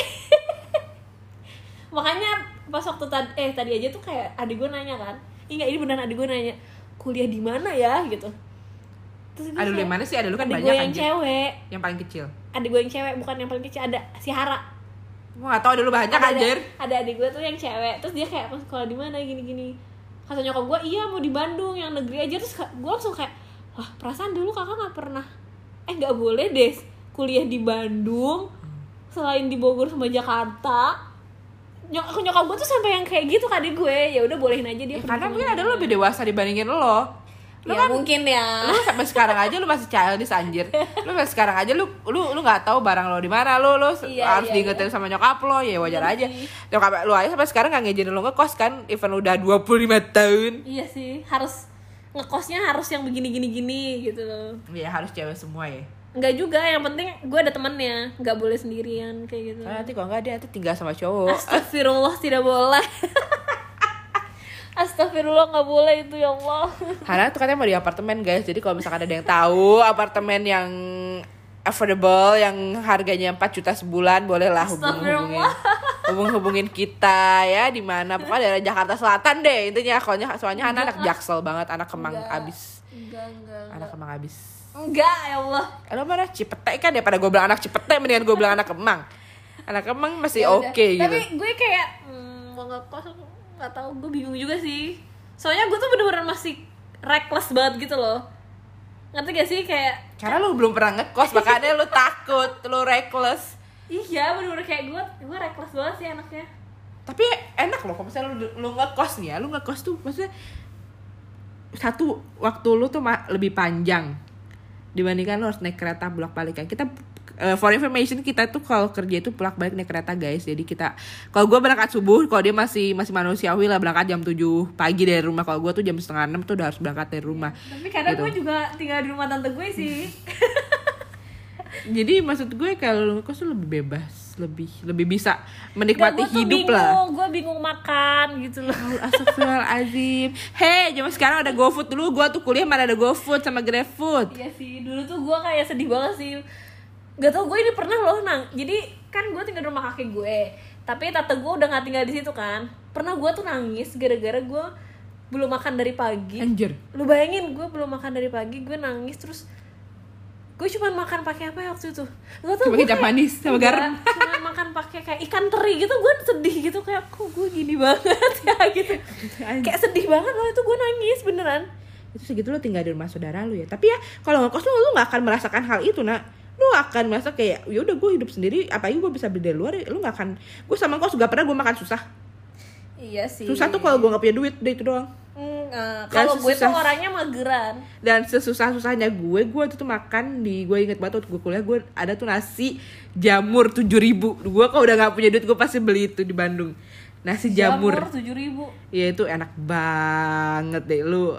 Makanya pas waktu tadi aja tuh kayak adik gue nanya kan. Iya ini beneran adik gue nanya, kuliah di mana ya gitu. Terus Ada lu yang mana sih? Ada lu kan adik banyak gue yang anjir. cewek. Yang paling kecil. Adik gue yang cewek, bukan yang paling kecil, ada si Hara. Gue gak tau ada lu banyak anjir. Ada adik gue tuh yang cewek. Terus dia kayak, "Mas sekolah di mana gini-gini?" Kata nyokap gue, "Iya, mau di Bandung yang negeri aja." Terus gue langsung kayak, "Wah, perasaan dulu kakak nggak pernah nggak boleh deh kuliah di Bandung selain di Bogor sama Jakarta." Nyokap gue tuh sampai yang kayak gitu ke adik gue. Ya udah bolehin aja dia. Karena mungkin ada lu lebih dewasa dibandingin lo. Lu Ya kan mungkin ya. lu sampai sekarang aja lu masih childish anjir. Lu sampai sekarang aja lu nggak tahu barang lo di mana. Lu Iya, harus iya, diingetin sama nyokap lo, ya wajar Iya aja. sih. Nyokap lu aja sampai sekarang nggak ngizinin lu ngekos kan, even udah 25 tahun. Iya sih, harus ngekosnya harus yang begini-gini gitu loh. Iya harus cewek semua ya. Enggak juga, yang penting gue ada temennya, nggak boleh sendirian kayak gitu. Nanti kalau nggak ada nanti tinggal sama cowok. Astagfirullah, tidak boleh. Astagfirullah, nggak boleh itu ya Allah. Hana tuh katanya mau di apartemen guys. Jadi kalau misalkan ada yang tahu apartemen yang affordable yang harganya 4 juta sebulan, bolehlah hubungin kita ya, di mana pokoknya daerah Jakarta Selatan deh intinya. Soalnya Hana anak Jaksel banget, anak Kemang abis. Enggak. Anak Kemang abis. Enggak, ya Allah. Lo mana Cipete kan, daripada gue bilang anak Cipete mendingan gue bilang anak Kemang. Anak Kemang masih Ya udah. oke gitu. Tapi gue kayak mau ngekos nggak tahu, gue bingung juga sih. Soalnya gue tuh bener-bener masih reckless banget gitu loh. Ngerti gak sih kayak Karena lu belum pernah ngekos makanya lu takut, lu reckless. iya bener-bener kayak gue reckless banget sih anaknya. Tapi enak loh kalau misalnya lu ngekos nih ya, lu ngekos tuh maksudnya satu waktu lu tuh lebih panjang dibandingkan lu harus naik kereta bolak-balik kan. Kita for information, kita tuh kalau kerja itu bolak-balik naik kereta guys. Jadi kita, kalau gue berangkat subuh, kalau dia masih manusiawi lah berangkat jam 7 pagi dari rumah. Kalau gue tuh jam 5:30 tuh udah harus berangkat dari rumah. Tapi kadang gitu. gue juga tinggal di rumah tante gue sih. Jadi maksud gue kalau lu ngekos tuh lebih bebas, lebih bisa menikmati Gak, hidup lah. Gue bingung makan gitu loh. Astagfirullahaladzim. Hei, zaman sekarang ada GoFood. Dulu gue tuh kuliah mana ada GoFood sama GrabFood. Iya sih, dulu tuh gue kayak sedih banget sih. Gak tau gue ini pernah loh jadi kan gue tinggal di rumah kakek gue, tapi tante gue udah gak tinggal di situ kan. Pernah gue tuh nangis gara-gara gue belum makan dari pagi. Anjir. Lu bayangin, gue belum makan dari pagi, gue nangis. Terus gue cuma makan pakai apa ya waktu itu? Gak tau, Cuma kecap manis sama garam. Cuma makan pakai kayak ikan teri gitu. Gue sedih gitu, kayak kok gue gini banget ya gitu. Kayak sedih banget loh itu, gue nangis beneran. Itu segitu lo tinggal di rumah saudara lu ya. Tapi ya kalau ngekos lu gak akan merasakan hal itu nak. Lu akan merasa kayak ya udah gue hidup sendiri, apalagi gue bisa beli dari luar. Lu gak akan. Gue sama kos gak pernah gue makan susah. Iya sih. Susah tuh kalau gue gak punya duit, udah itu doang. Kalau gue tuh orangnya mageran. Dan sesusah-susahnya gue tuh makan gue inget banget waktu gue kuliah, gue ada tuh nasi jamur 7.000. Gue kok udah gak punya duit, gue pasti beli itu di Bandung. Nasi jamur 7.000. Ya itu enak banget deh. Lu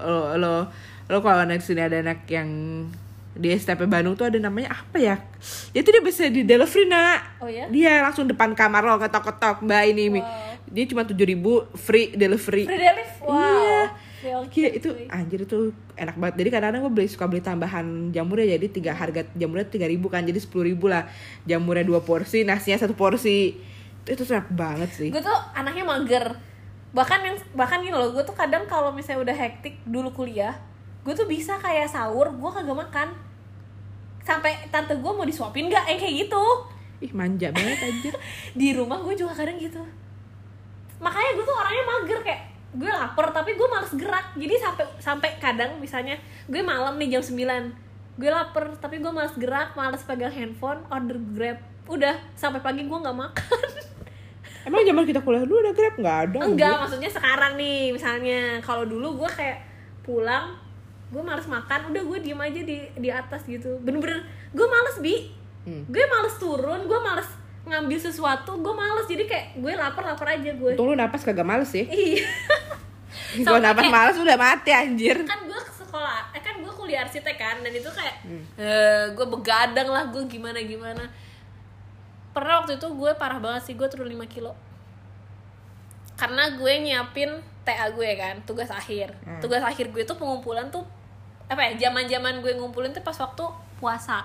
kalau anak sini ada anak yang di STP Bandung tuh ada namanya apa ya? Itu dia bisa di delivery nak. Oh ya? Dia langsung depan kamar lo ketok-ketok, mbak ini. Wow. Dia cuma 7.000 free delivery. Free delivery? Wow. Iya. Gila, itu anjir itu enak banget. Jadi kadang-kadang gue suka beli tambahan jamurnya, jadi harga jamurnya 3.000 kan, jadi 10.000 lah. Jamurnya 2 porsi, nasinya 1 porsi. Itu enak banget sih. Gue tuh anaknya mager. Bahkan gini loh, gue tuh kadang kalau misalnya udah hektik dulu kuliah, gue tuh bisa kayak sahur gue kagak makan sampai tante gue mau disuapin nggak, kayak gitu. Ih manja banget anjir. Di rumah gue juga kadang gitu. Makanya gue tuh orangnya mager, kayak gue lapar tapi gue males gerak. Jadi sampai kadang misalnya gue malam nih jam 9, gue lapar tapi gue males gerak, males pegang handphone, order Grab, udah sampai pagi gue nggak makan. Emang zaman kita kuliah dulu ada Grab? Nggak ada. Enggak, maksudnya sekarang nih misalnya. Kalau dulu gue kayak pulang, gue males makan, udah gue diem aja di atas gitu. Bener-bener gue males gue males turun, gue males ngambil sesuatu, gue males. Jadi kayak gue lapar aja gue. Untung lu napas kagak males ya. Iya. Kalau napas males udah mati anjir. Kan gue kan gue kuliah arsitek kan, dan itu kayak gue begadang lah, gue gimana pernah waktu itu gue parah banget sih, gue turun 5 kilo. Karena gue nyiapin TA gue kan, tugas akhir. Tugas akhir gue tuh pengumpulan tuh apa ya, zaman-zaman gue ngumpulin tuh pas waktu puasa.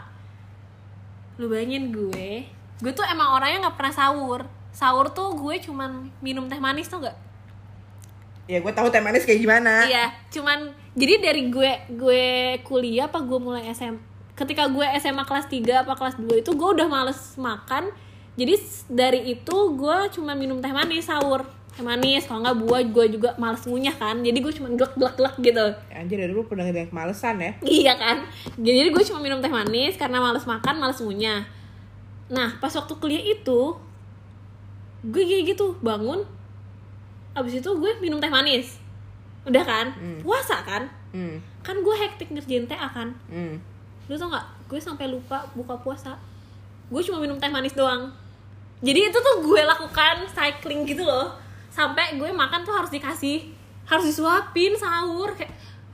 Lu bayangin gue tuh emang orangnya nggak pernah sahur. Sahur tuh gue cuman minum teh manis tuh nggak? Ya gue tahu teh manis kayak gimana. Iya, cuman jadi dari gue kuliah apa gue mulai SM, ketika gue SMA kelas 3 apa kelas 2 itu gue udah males makan. Jadi dari itu gue cuma minum teh manis sahur. Teh manis, kalau nggak buah gue juga males ngunyah kan. Jadi gue cuma glek gitu. Anjir, dari dulu pernah ada kemalesan ya. Iya kan. Jadi gue cuma minum teh manis karena males makan, males ngunyah. Nah, pas waktu kuliah itu gue kayak gitu, bangun abis itu gue minum teh manis. Udah kan? Puasa kan? Kan gue hektik ngerjain TA kan. Lu tau gak? Gue sampai lupa buka puasa. Gue cuma minum teh manis doang. Jadi itu tuh gue lakukan cycling gitu loh. Sampai gue makan tuh harus disuapin sahur kayak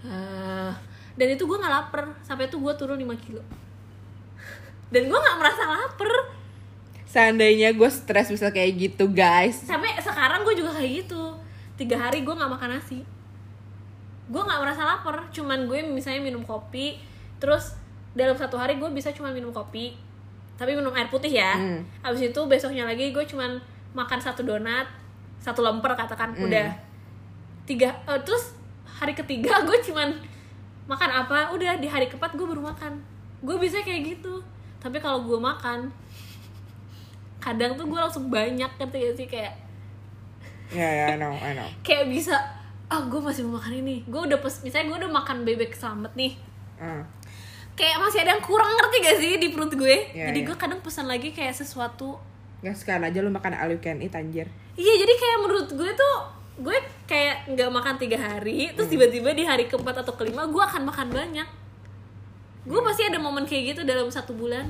dan itu gue gak lapar. Sampai itu gue turun 5 kilo. Dan gue gak merasa lapar. Seandainya gue stres bisa kayak gitu guys. Sampai sekarang gue juga kayak gitu. 3 hari gue gak makan nasi. Gue gak merasa lapar. Cuman gue misalnya minum kopi. Terus dalam 1 hari gue bisa cuma minum kopi, tapi minum air putih ya. Habis itu besoknya lagi gue cuman makan 1 donat, 1 lemper katakan. Udah 3 terus hari ketiga gue cuman makan apa, udah di hari keempat gue baru makan. Gue bisa kayak gitu. Tapi kalau gue makan kadang tuh gue langsung banyak, ngerti gak sih, kayak ya I know kayak bisa gue masih mau makan ini. Gue udah misalnya gue udah makan bebek selamat nih, kayak masih ada yang kurang, ngerti gak sih, di perut gue. Jadi gue kadang pesan lagi kayak sesuatu. Nggak, sekarang aja lu makan all you can eat anjir. Iya, jadi kayak menurut gue tuh gue kayak nggak makan 3 hari, terus tiba-tiba di hari keempat atau kelima gue akan makan banyak. Gue pasti ada momen kayak gitu dalam 1 bulan.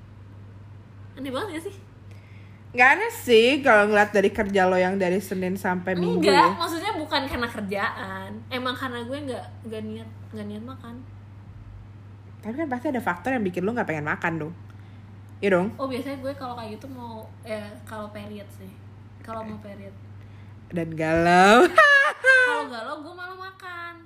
Aneh banget gak sih? Nggak aneh sih kalau ngeliat dari kerja lo yang dari Senin sampai Minggu. Enggak, maksudnya bukan karena kerjaan. Emang karena gue nggak niat makan. Tapi kan pasti ada faktor yang bikin lo nggak pengen makan dong. Iya dong. Oh, biasanya gue kalau kayak gitu mau kalau period sih. Kalau mau period. Dan galau. Kalau galau gue malah makan.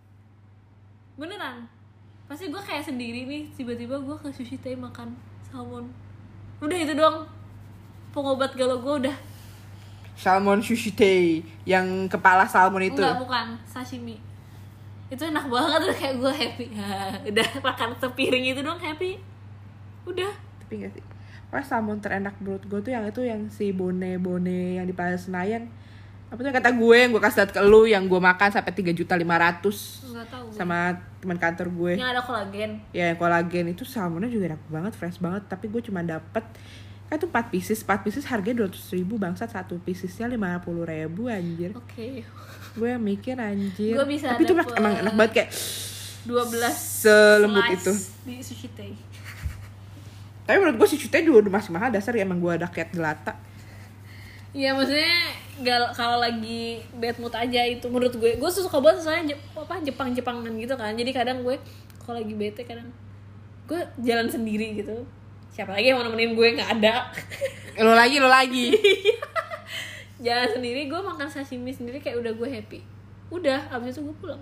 Beneran. Pasti gue kayak sendiri nih, tiba-tiba gue ke Sushi Tei makan salmon. Udah itu doang. Pengobat galau gue udah. Salmon Sushi Tei yang kepala salmon itu. Enggak, bukan, sashimi. Itu enak banget, udah kayak gue happy. Udah makan sepiring itu dong happy. Udah. Tapi nggak sih. Pas salmon terenak menurut gue tuh yang si bone yang di Plaza Senayan. Apa tuh kata gue yang gue kasih liat ke lu, yang gue makan sampai 3.500.000. Enggak tahu. Sama teman kantor gue. Yang ada kolagen. Ya, yang kolagen itu salmonnya juga enak banget, fresh banget. Tapi gue cuma dapet kan itu 4 pieces harganya 200.000, bangsat, 1 piecesnya 50.000 anjir. Oke. Gue mikir anjir. Gue bisa tapi itu emang enak banget, kayak 12 selembut itu di Sushi Tei. Tapi menurut gue Sushi Tei juga udah masih mahal, dasar ya, emang gue ada kayak gelata. Iya, maksudnya kalau lagi bad mood aja itu menurut gue suka banget soalnya Jepang-Jepangan gitu kan. Jadi kadang gue kalau lagi bete kadang gue jalan sendiri gitu. Siapa lagi yang mau nemenin gue, nggak ada. Lo lagi Jalan sendiri, gue makan sashimi sendiri kayak udah gue happy. Udah, abis itu gue pulang.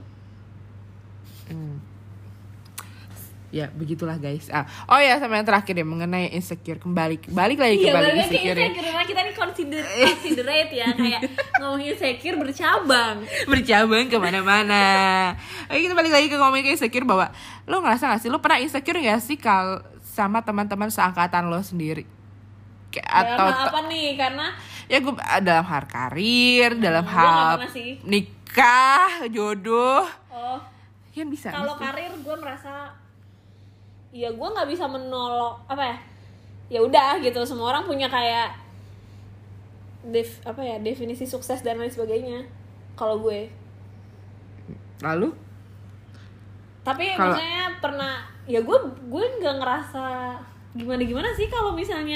Ya begitulah guys. Oh ya, sama yang terakhir ya, mengenai insecure, balik lagi ke balik insecure. Iya, karena kita nih considerate ya, kayak ngomongin insecure bercabang kemana-mana. Oke, kita balik lagi ke ngomongin insecure, bahwa lo ngerasa gak sih, lo pernah insecure gak sih kalau sama teman-teman seangkatan lo sendiri? Atau apa nih? Karena ya gue dalam hal karir, dalam hal nikah, jodoh. Oh, ya bisa. Kalau karir gue merasa ya gue nggak bisa menolak ya udah gitu, semua orang punya kayak definisi sukses dan lain sebagainya. Kalau gue lalu tapi maksudnya pernah ya gue nggak ngerasa gimana sih kalau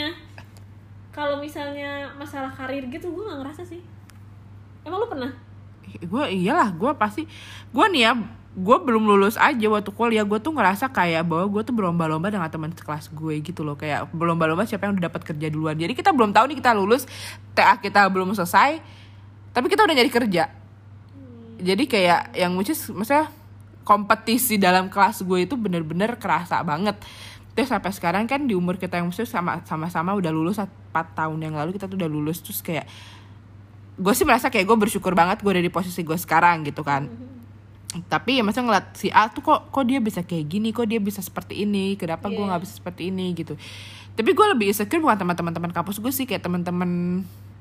misalnya masalah karir gitu, gue nggak ngerasa sih. Emang lu pernah? Gue iyalah, gue pasti, gue nih ya, gue belum lulus aja waktu kuliah, gue tuh ngerasa kayak bahwa gue tuh berlomba-lomba dengan teman sekelas gue gitu loh, kayak berlomba-lomba siapa yang udah dapat kerja duluan. Jadi kita belum tahu nih kita lulus, TA kita belum selesai, tapi kita udah nyari kerja. Jadi kayak yang maksudnya kompetisi dalam kelas gue itu bener-bener kerasa banget. Terus sampai sekarang kan di umur kita yang maksudnya sama-sama udah lulus 4 tahun yang lalu kita tuh udah lulus, terus kayak gue sih merasa kayak gue bersyukur banget gue ada di posisi gue sekarang gitu kan. Tapi ya masa ngeliat si A tuh kok dia bisa kayak gini, kok dia bisa seperti ini, kenapa gue nggak bisa seperti ini gitu. Tapi gue lebih insecure bukan teman-teman kampus gue sih, kayak teman-teman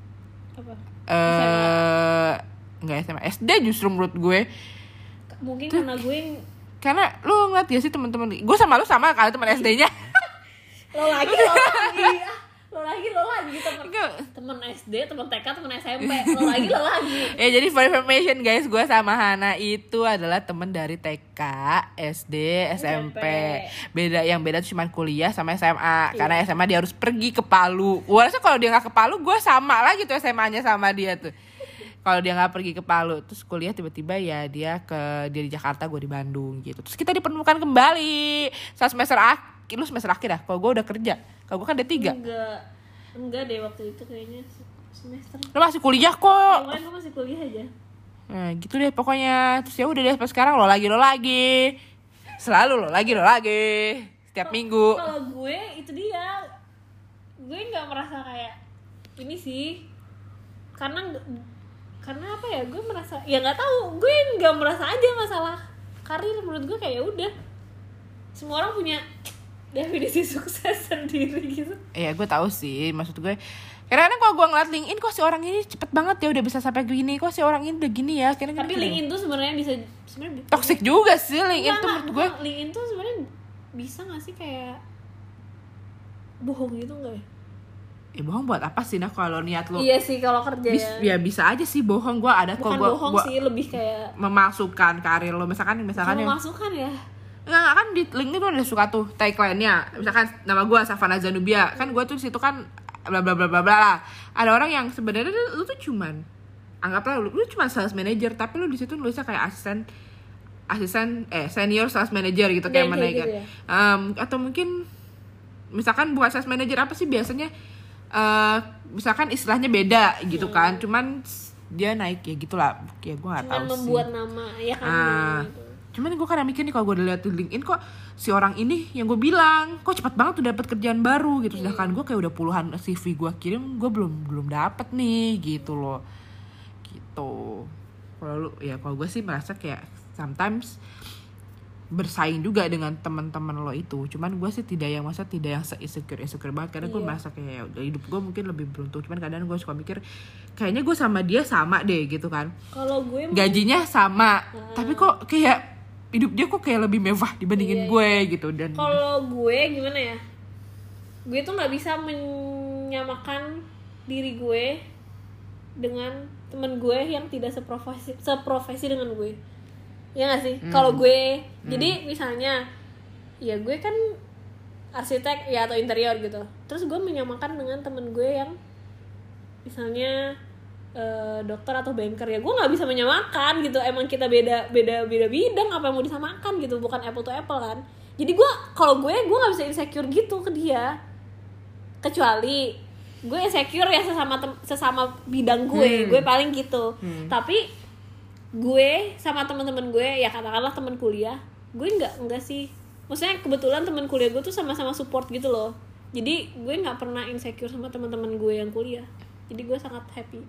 nggak SMA, SD justru menurut gue. Mungkin tuh, karena lu ngeliat ya sih teman-teman gue sama lu sama kali teman SD-nya. lo lagi teman SD, teman TK, teman SMP, lo lagi. Ya jadi for information guys, gue sama Hana itu adalah temen dari TK, SD, SMP. Yang beda tuh cuma kuliah sama SMA. Karena SMA dia harus pergi ke Palu. Gue rasa kalau dia nggak ke Palu, gue sama lagi tuh SMA-nya sama dia tuh. Kalau dia nggak pergi ke Palu, terus kuliah tiba-tiba ya dia di Jakarta, gue di Bandung gitu. Terus kita dipertemukan kembali saat semester akhir. Lu semester akhir dah. Kalau gue udah kerja. Kalau gue kan D3. Enggak deh waktu itu kayaknya semester. Lu masih kuliah kok. Gue masih kuliah aja. Nah gitu deh pokoknya. Terus ya udah deh sampai sekarang lo lagi. Selalu lo lagi. Setiap minggu. Kalau gue itu dia. Gue nggak merasa kayak ini sih. Karena apa ya? Gue merasa ya nggak tahu. Gue nggak merasa aja masalah karir. Menurut gue kayak udah. Semua orang punya definisi sukses sendiri gitu. Iya gue tahu sih, maksud gue kadang-kadang kalau gue ngeliat LinkedIn, kok si orang ini cepet banget ya udah bisa sampai gini, kok si orang ini udah gini ya. Tapi LinkedIn tuh sebenarnya bisa toxic juga sih LinkedIn tuh menurut gue. LinkedIn tuh sebenarnya bisa nggak sih kayak bohong gitu nggak ya? Ya bohong buat apa sih kalau niat lo? Iya sih kalau kerja ya bisa aja sih bohong. Gue ada kok bohong sih, lebih kayak memasukkan karir lo misalkan memasukkan ya. Enggak kan di LinkedIn tuh ada suka tuh tagline-nya. Misalkan nama gue Safana Zanubia, kan gue tuh di situ kan bla bla bla bla bla lah. Ada orang yang sebenarnya lu tuh cuman anggaplah lu cuma sales manager, tapi lu di situ nulisnya kayak senior sales manager gitu kayak mana gitu ya. Atau mungkin misalkan buat sales manager apa sih biasanya misalkan istilahnya beda gitu kan. Cuman dia naik ya gitulah. Ya gue enggak tahu sih. Membuat nama ya kan gitu. Cuman gue kadang mikir nih kalau gue udah liat di LinkedIn, kok si orang ini yang gue bilang kok cepat banget tuh dapat kerjaan baru gitu, sedangkan gue kayak udah puluhan CV gue kirim, gue belum dapet nih gitu loh gitu. Kalau gue sih merasa kayak sometimes bersaing juga dengan teman-teman lo itu. Cuman gue sih tidak yang insecure banget, karena gue merasa kayak hidup gue mungkin lebih beruntung. Cuman kadang gue suka mikir kayaknya gue sama dia sama deh gitu kan. Kalau gue gajinya sama, tapi kok kayak hidup dia kok kayak lebih mewah dibandingin gue gitu. Dan kalau gue gimana ya, gue tuh nggak bisa menyamakan diri gue dengan teman gue yang tidak seprofesi dengan gue, ya nggak sih? Kalau gue jadi misalnya ya gue kan arsitek ya atau interior gitu, terus gue menyamakan dengan temen gue yang misalnya dokter atau banker, ya gue nggak bisa menyamakan gitu. Emang kita beda bidang, apa yang mau disamakan gitu, bukan apple to apple kan. Jadi kalau gue nggak bisa insecure gitu ke dia, kecuali gue insecure ya sesama bidang gue paling gitu. Tapi gue sama teman-teman gue ya katakanlah teman kuliah, gue nggak sih, maksudnya kebetulan teman kuliah gue tuh sama-sama support gitu loh. Jadi gue nggak pernah insecure sama teman-teman gue yang kuliah, jadi gue sangat happy.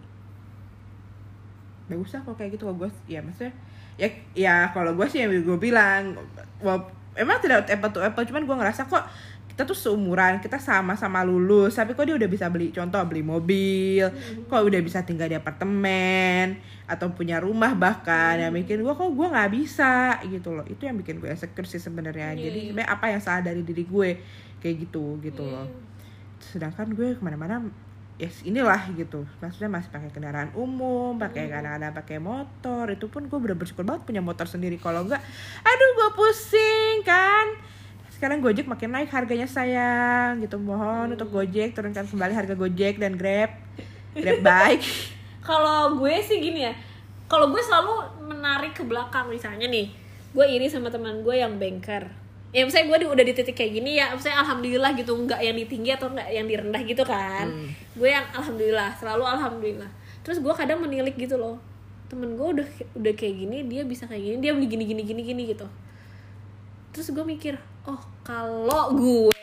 Bagus lah kalau kayak gitu. Kalau gue ya maksudnya ya kalau gue sih yang gue bilang emang tidak apple to apple, cuman gue ngerasa kok kita tuh seumuran, kita sama-sama lulus, tapi kok dia udah bisa beli mobil, kok udah bisa tinggal di apartemen atau punya rumah bahkan. Yang bikin gue kok gue nggak bisa gitu loh. Itu yang bikin gue insecure sih sebenarnya. Jadi sebenarnya apa yang salah dari diri gue kayak gitu loh. Sedangkan gue kemana-mana inilah gitu, maksudnya masih pakai kendaraan umum, pakai kadang-kadang pakai motor. Itu pun gue bener bersyukur banget punya motor sendiri. Kalau enggak, aduh gue pusing kan. Sekarang Gojek makin naik harganya sayang gitu. Mohon untuk Gojek turunkan kembali harga Gojek dan Grab bike. Kalau gue sih gini ya, kalau gue selalu menarik ke belakang. Misalnya nih gue iri sama teman gue yang banker. Ya misalnya gue udah di titik kayak gini ya, misalnya alhamdulillah gitu, nggak yang di tinggi atau nggak yang di rendah gitu kan. Gue yang alhamdulillah, selalu alhamdulillah. Terus gue kadang menilik gitu loh, temen gue udah kayak gini, dia bisa kayak gini, dia beli gini gitu. Terus gue mikir, oh kalau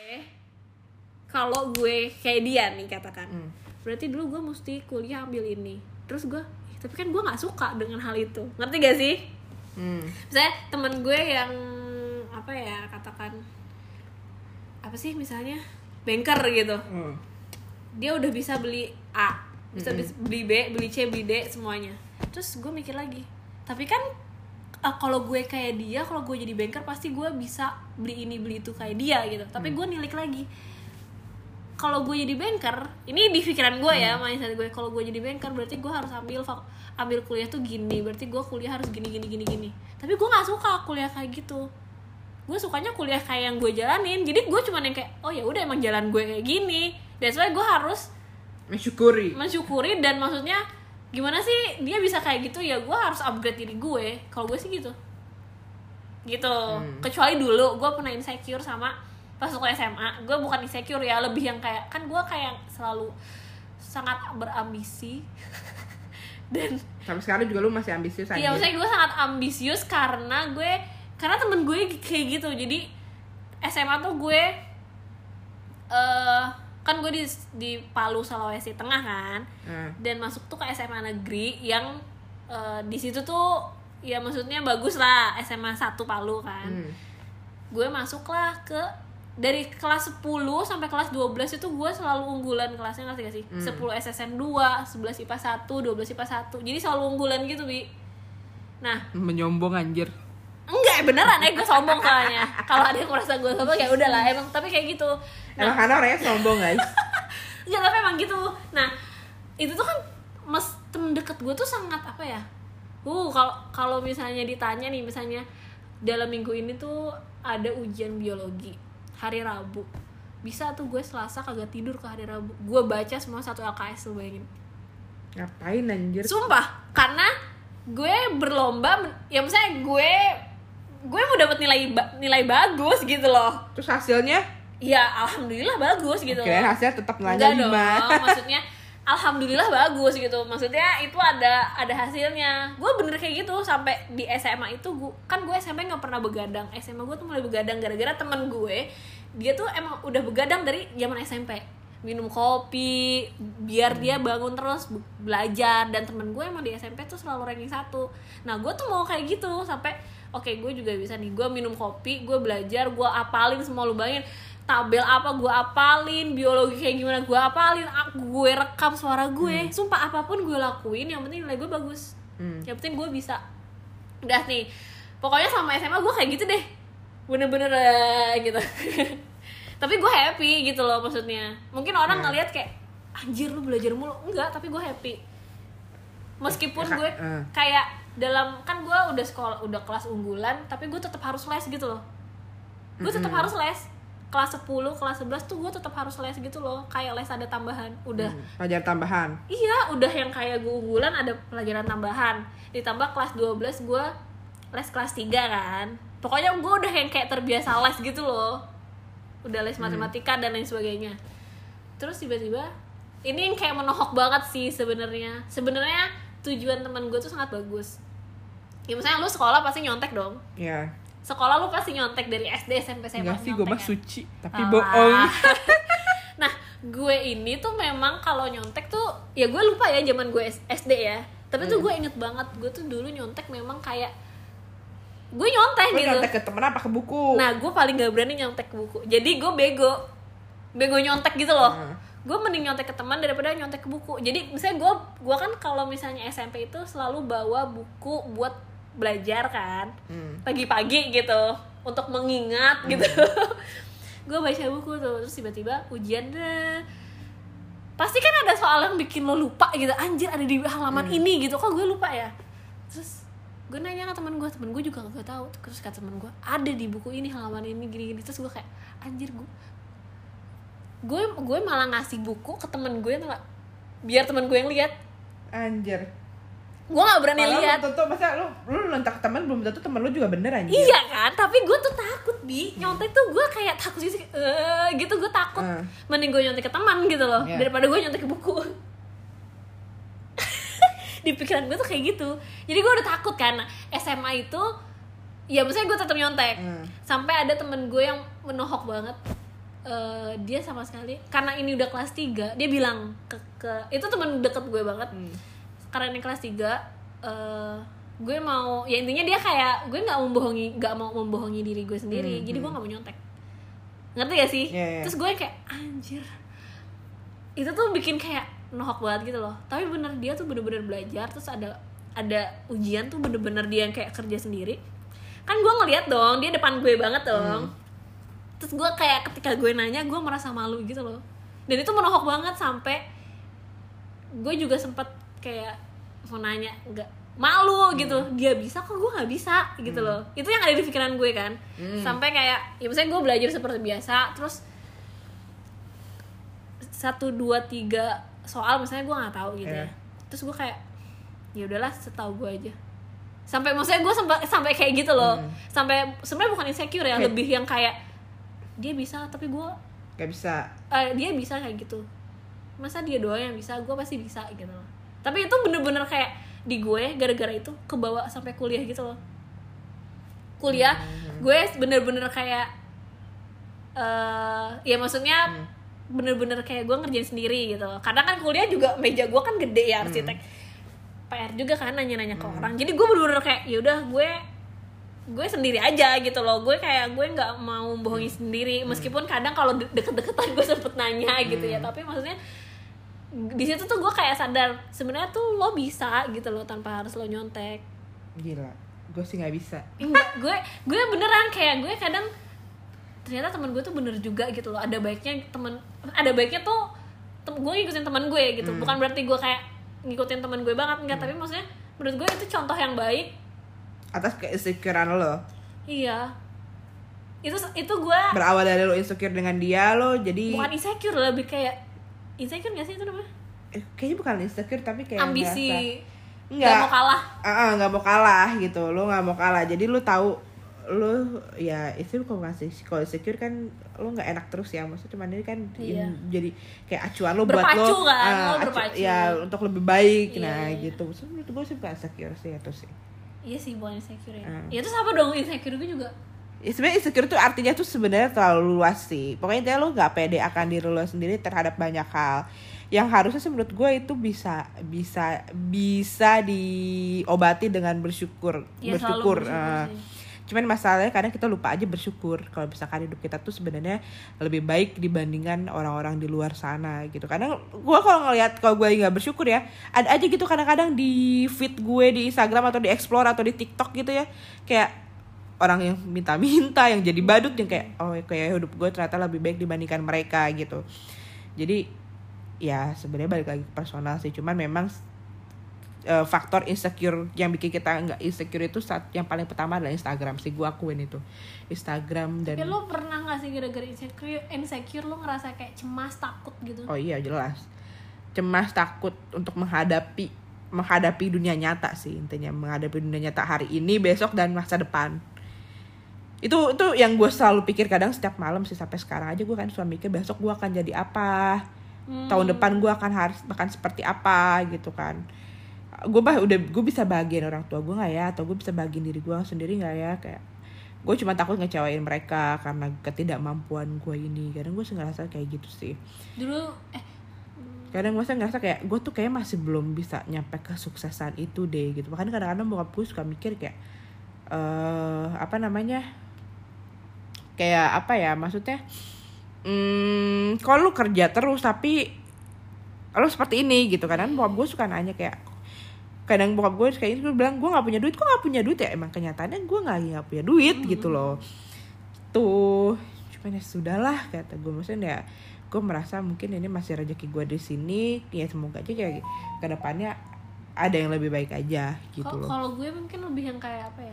gue kayak dia nih katakan, berarti dulu gue mesti kuliah ambil ini. Terus gue, tapi kan gue nggak suka dengan hal itu, ngerti gak sih? Misalnya temen gue yang apa ya, katakan apa sih, misalnya banker gitu, dia udah bisa beli A, bisa beli B, beli C, beli D semuanya. Terus gue mikir lagi, tapi kan kalau gue kayak dia, kalau gue jadi banker pasti gue bisa beli ini beli itu kayak dia gitu. Tapi gue nilik lagi, kalau gue jadi banker, ini di pikiran gue ya, mindset gue, kalau gue jadi banker berarti gue harus ambil kuliah tuh gini, berarti gue kuliah harus gini. Tapi gue nggak suka kuliah kayak gitu. Gue sukanya kuliah kayak yang gue jalanin. Jadi gue cuma yang kayak, oh ya udah emang jalan gue kayak gini. That's why gue harus mensyukuri dan maksudnya gimana sih dia bisa kayak gitu, ya gue harus upgrade diri gue. Kalau gue sih gitu. Kecuali dulu gue pernah insecure sama pas waktu SMA. Gue bukan insecure ya, lebih yang kayak, kan gue kayak selalu sangat berambisi. Dan sampai sekarang juga lu masih ambisius aja. Iya, maksudnya gue sangat ambisius karena temen gue kayak gitu. Jadi SMA tuh gue kan gue di Palu, Sulawesi Tengah kan, dan masuk tuh ke SMA negeri yang di situ tuh ya maksudnya bagus lah, SMA 1 Palu kan. Gue masuklah dari kelas 10 sampai kelas 12 itu gue selalu unggulan kelasnya, ngerti gak sih? 10 SSN 2, 11 IPA 1, 12 IPA 1. Jadi selalu unggulan gitu, Bi. Nah, menyombong anjir. Enggak, beneran gue sombong soalnya. Kalau ada yang merasa gue sombong ya udahlah, emang tapi kayak gitu. Emang karena orangnya sombong, guys. Ya tapi emang gitu. Nah, itu tuh kan temen deket gue tuh sangat apa ya? Kalau misalnya ditanya nih, misalnya dalam minggu ini tuh ada ujian biologi hari Rabu, bisa tuh gue Selasa kagak tidur ke hari Rabu, gue baca semua 1 LKS tuh, bayangin. Ngapain anjir? Sumpah, karena gue berlomba, ya misalnya gue mau dapat nilai bagus gitu loh. Terus hasilnya? Ya alhamdulillah bagus gitu. Oke, hasilnya tetap nilainya 5. Dong, maksudnya alhamdulillah bagus gitu. Maksudnya itu ada hasilnya. Gue bener kayak gitu sampai di SMA itu kan gue SMP nggak pernah begadang. SMA gue tuh mulai begadang gara-gara temen gue, dia tuh emang udah begadang dari zaman SMP. Minum kopi biar dia bangun terus belajar, dan temen gue emang di SMP tuh selalu ranking 1. Nah gue tuh mau kayak gitu sampai oke, gue juga bisa nih, gue minum kopi, gue belajar, gue apalin semua, lu bayangin tabel apa gue apalin, biologi kayak gimana gue apalin, gue rekam suara gue. Sumpah apapun gue lakuin, yang penting nilai gue bagus. Yang penting gue bisa. Udah nih, pokoknya sama SMA gue kayak gitu deh, bener-bener gitu. Tapi gue happy gitu loh, maksudnya mungkin orang ngeliat kayak anjir lu belajar mulu, enggak, tapi gue happy meskipun gue kayak dalam, kan gue udah kelas unggulan, tapi gue tetap harus les gitu loh. Gue tetap harus les kelas 10, kelas 11 tuh gue tetap harus les gitu loh, kayak les ada tambahan, udah pelajaran tambahan. Iya, udah yang kayak gue unggulan ada pelajaran tambahan, ditambah kelas 12 gue les kelas 3 kan. Pokoknya gue udah yang kayak terbiasa les gitu loh, udah les matematika dan lain sebagainya. Terus tiba-tiba ini yang kayak menohok banget sih sebenarnya tujuan teman gue tuh sangat bagus. Ya misalnya lu sekolah pasti nyontek dong. Iya. Sekolah lu pasti nyontek dari SD, SMP, SMA. Enggak sih, gue mah suci, tapi Alah. bohong. Nah, gue ini tuh memang kalau nyontek tuh, ya gue lupa ya zaman gue SD ya. Tapi tuh gue inget banget, gue tuh dulu nyontek memang kayak gue nyontek gitu. Nyontek ke temen apa ke buku? Nah, gue paling gak berani nyontek ke buku. Jadi gue bego nyontek gitu loh. Gue mending nyontek ke teman daripada nyontek ke buku. Jadi misalnya gue kan kalau misalnya SMP itu selalu bawa buku buat belajar kan, pagi-pagi gitu untuk mengingat gitu. Gue baca buku tuh, terus tiba-tiba ujian deh, pasti kan ada soal yang bikin lo lupa gitu, anjir ada di halaman ini gitu, kok gue lupa ya. Terus gue nanya ke temen gue juga gak tahu. Terus kata temen gue, ada di buku ini halaman ini gini-gini. Terus gue kayak anjir, gue malah ngasih buku ke temen gue tuh gak, biar temen gue yang lihat. Anjir. Gue nggak berani Kalau lihat. tentu masa lu nontak teman belum tentu teman lu juga bener anjir. Iya kan, tapi gue tuh takut nyontek tuh gue kayak takut sih gitu, gue takut. Mending gue nyontek ke teman gitu loh, daripada gue nyontek ke buku. Di pikiran gue tuh kayak gitu. Jadi gue udah takut kan. SMA itu ya maksudnya gue tetap nyontek. Sampai ada temen gue yang menohok banget. Dia sama sekali karena ini udah kelas 3, dia bilang ke itu temen deket gue banget. Karena ini kelas 3, gue mau, ya intinya dia kayak gue nggak mau membohongi diri gue sendiri. Jadi gue nggak mau nyontek. Ngerti gak sih? Terus gue kayak anjir, itu tuh bikin kayak nohok banget gitu loh. Tapi bener, dia tuh bener-bener belajar. Terus ada ujian tuh bener-bener dia yang kayak kerja sendiri. Kan gue ngeliat dong, dia depan gue banget dong. Terus gue kayak ketika gue nanya, gue merasa malu gitu loh. Dan itu menohok banget, sampai gue juga sempet kayak mau nanya, nggak malu gitu. Dia bisa kok, gue nggak bisa gitu loh. Itu yang ada di pikiran gue kan. Sampai kayak ya misalnya gue belajar seperti biasa, terus 1, 2, 3 soal misalnya gue nggak tahu gitu ya. Terus gue kayak ya udahlah, setahu gue aja. Sampai maksudnya gue sampai kayak gitu loh. Sampai sebenarnya bukan insecure ya, lebih yang kayak dia bisa tapi gue nggak bisa. Dia bisa kayak gitu, masa dia doang yang bisa, gue pasti bisa gitu loh. Tapi itu bener-bener kayak di gue gara-gara itu kebawa sampai kuliah gitu loh. Kuliah gue bener-bener kayak ya maksudnya bener-bener kayak gue ngerjain sendiri gitu. Kadang kan kuliah juga meja gue kan gede ya, arsitek. PR juga kan nanya-nanya ke orang. Jadi gue bener-bener kayak ya udah gue sendiri aja gitu loh. Gue kayak gue nggak mau bohongi sendiri, meskipun kadang kalau deket-deketan gue sempet nanya gitu ya. Tapi maksudnya di situ tuh gue kayak sadar sebenarnya tuh lo bisa gitu loh tanpa harus lo nyontek. Gila, gue sih nggak bisa. Enggak, gue beneran kayak gue kadang ternyata teman gue tuh bener juga gitu loh. Ada baiknya tuh gue ngikutin teman gue gitu. Bukan berarti gue kayak ngikutin teman gue banget, enggak. Tapi maksudnya menurut gue itu contoh yang baik atas keinsecurean lo. Iya, itu gue berawal dari lo insecure dengan dia, lo jadi bukan insecure, lebih kayak insecure nggak sih itu namanya? Kayaknya bukan insecure tapi kayak ambisi, nggak mau kalah. Nggak mau kalah gitu. Lo nggak mau kalah, jadi lo tahu lo ya itu kalau ngasih, kalau insecure kan lo nggak enak terus ya, maksudnya cuman ini kan jadi kayak acuan lo buat lo kan, berpacu ya untuk lebih baik. Iya. Gitu. Maksudnya gue sih bukan insecure sih itu sih. Iya sih, bukan insecure ya. Ya terus apa dong insecure gue juga? Ya, sebenarnya insecure tuh artinya tuh sebenarnya terlalu luas sih. Pokoknya intinya lo nggak pede akan diri lo sendiri terhadap banyak hal yang harusnya sih menurut gue itu bisa diobati dengan bersyukur. Ya, bersyukur. Sih. Cuman masalahnya kadang kita lupa aja bersyukur kalau misalkan hidup kita tuh sebenarnya lebih baik dibandingkan orang-orang di luar sana gitu. Kadang gue kalau gue nggak bersyukur ya, ada aja gitu kadang-kadang di feed gue di Instagram atau di Explore atau di TikTok gitu ya, kayak orang yang minta-minta, yang jadi badut, yang kayak oh kayak hidup gue ternyata lebih baik dibandingkan mereka gitu. Jadi ya sebenarnya balik lagi ke personal sih, cuman memang faktor insecure yang bikin kita nggak insecure itu yang paling pertama adalah Instagram sih, gue akuin itu Instagram. Dan tapi lo pernah nggak sih gara-gara insecure lo ngerasa kayak cemas, takut gitu? Oh iya jelas, cemas, takut untuk menghadapi dunia nyata sih, intinya menghadapi dunia nyata hari ini, besok, dan masa depan. Itu yang gue selalu pikir kadang setiap malam sih, sampai sekarang aja gue kan suami mikir besok gue akan jadi apa, tahun depan gue akan seperti apa gitu kan. Gue bisa bahagiain orang tua gue nggak ya, atau gue bisa bahagiain diri gue sendiri nggak ya. Kayak gue cuma takut ngecewain mereka karena ketidakmampuan gue ini. Kadang gue ngerasa kayak gitu sih dulu. Kadang gue ngerasa kayak gue tuh kayak masih belum bisa nyampe kesuksesan itu deh gitu. Makanya kadang-kadang bokap gue suka mikir kayak kayak apa ya, maksudnya kalau lu kerja terus tapi lu seperti ini gitu. Kadang bokap gue suka nanya kayak, kadang bokap gue kayak ini, gue bilang gue nggak punya duit. Kok nggak punya duit ya? Emang kenyataannya gue nggak punya duit gitu loh. Tuh cuman ya sudahlah kata gue, maksudnya ya gue merasa mungkin ini masih rezeki gue di sini, ya semoga aja kayak kedepannya ada yang lebih baik aja gitu loh. Kalau gue mungkin lebih yang kayak apa ya,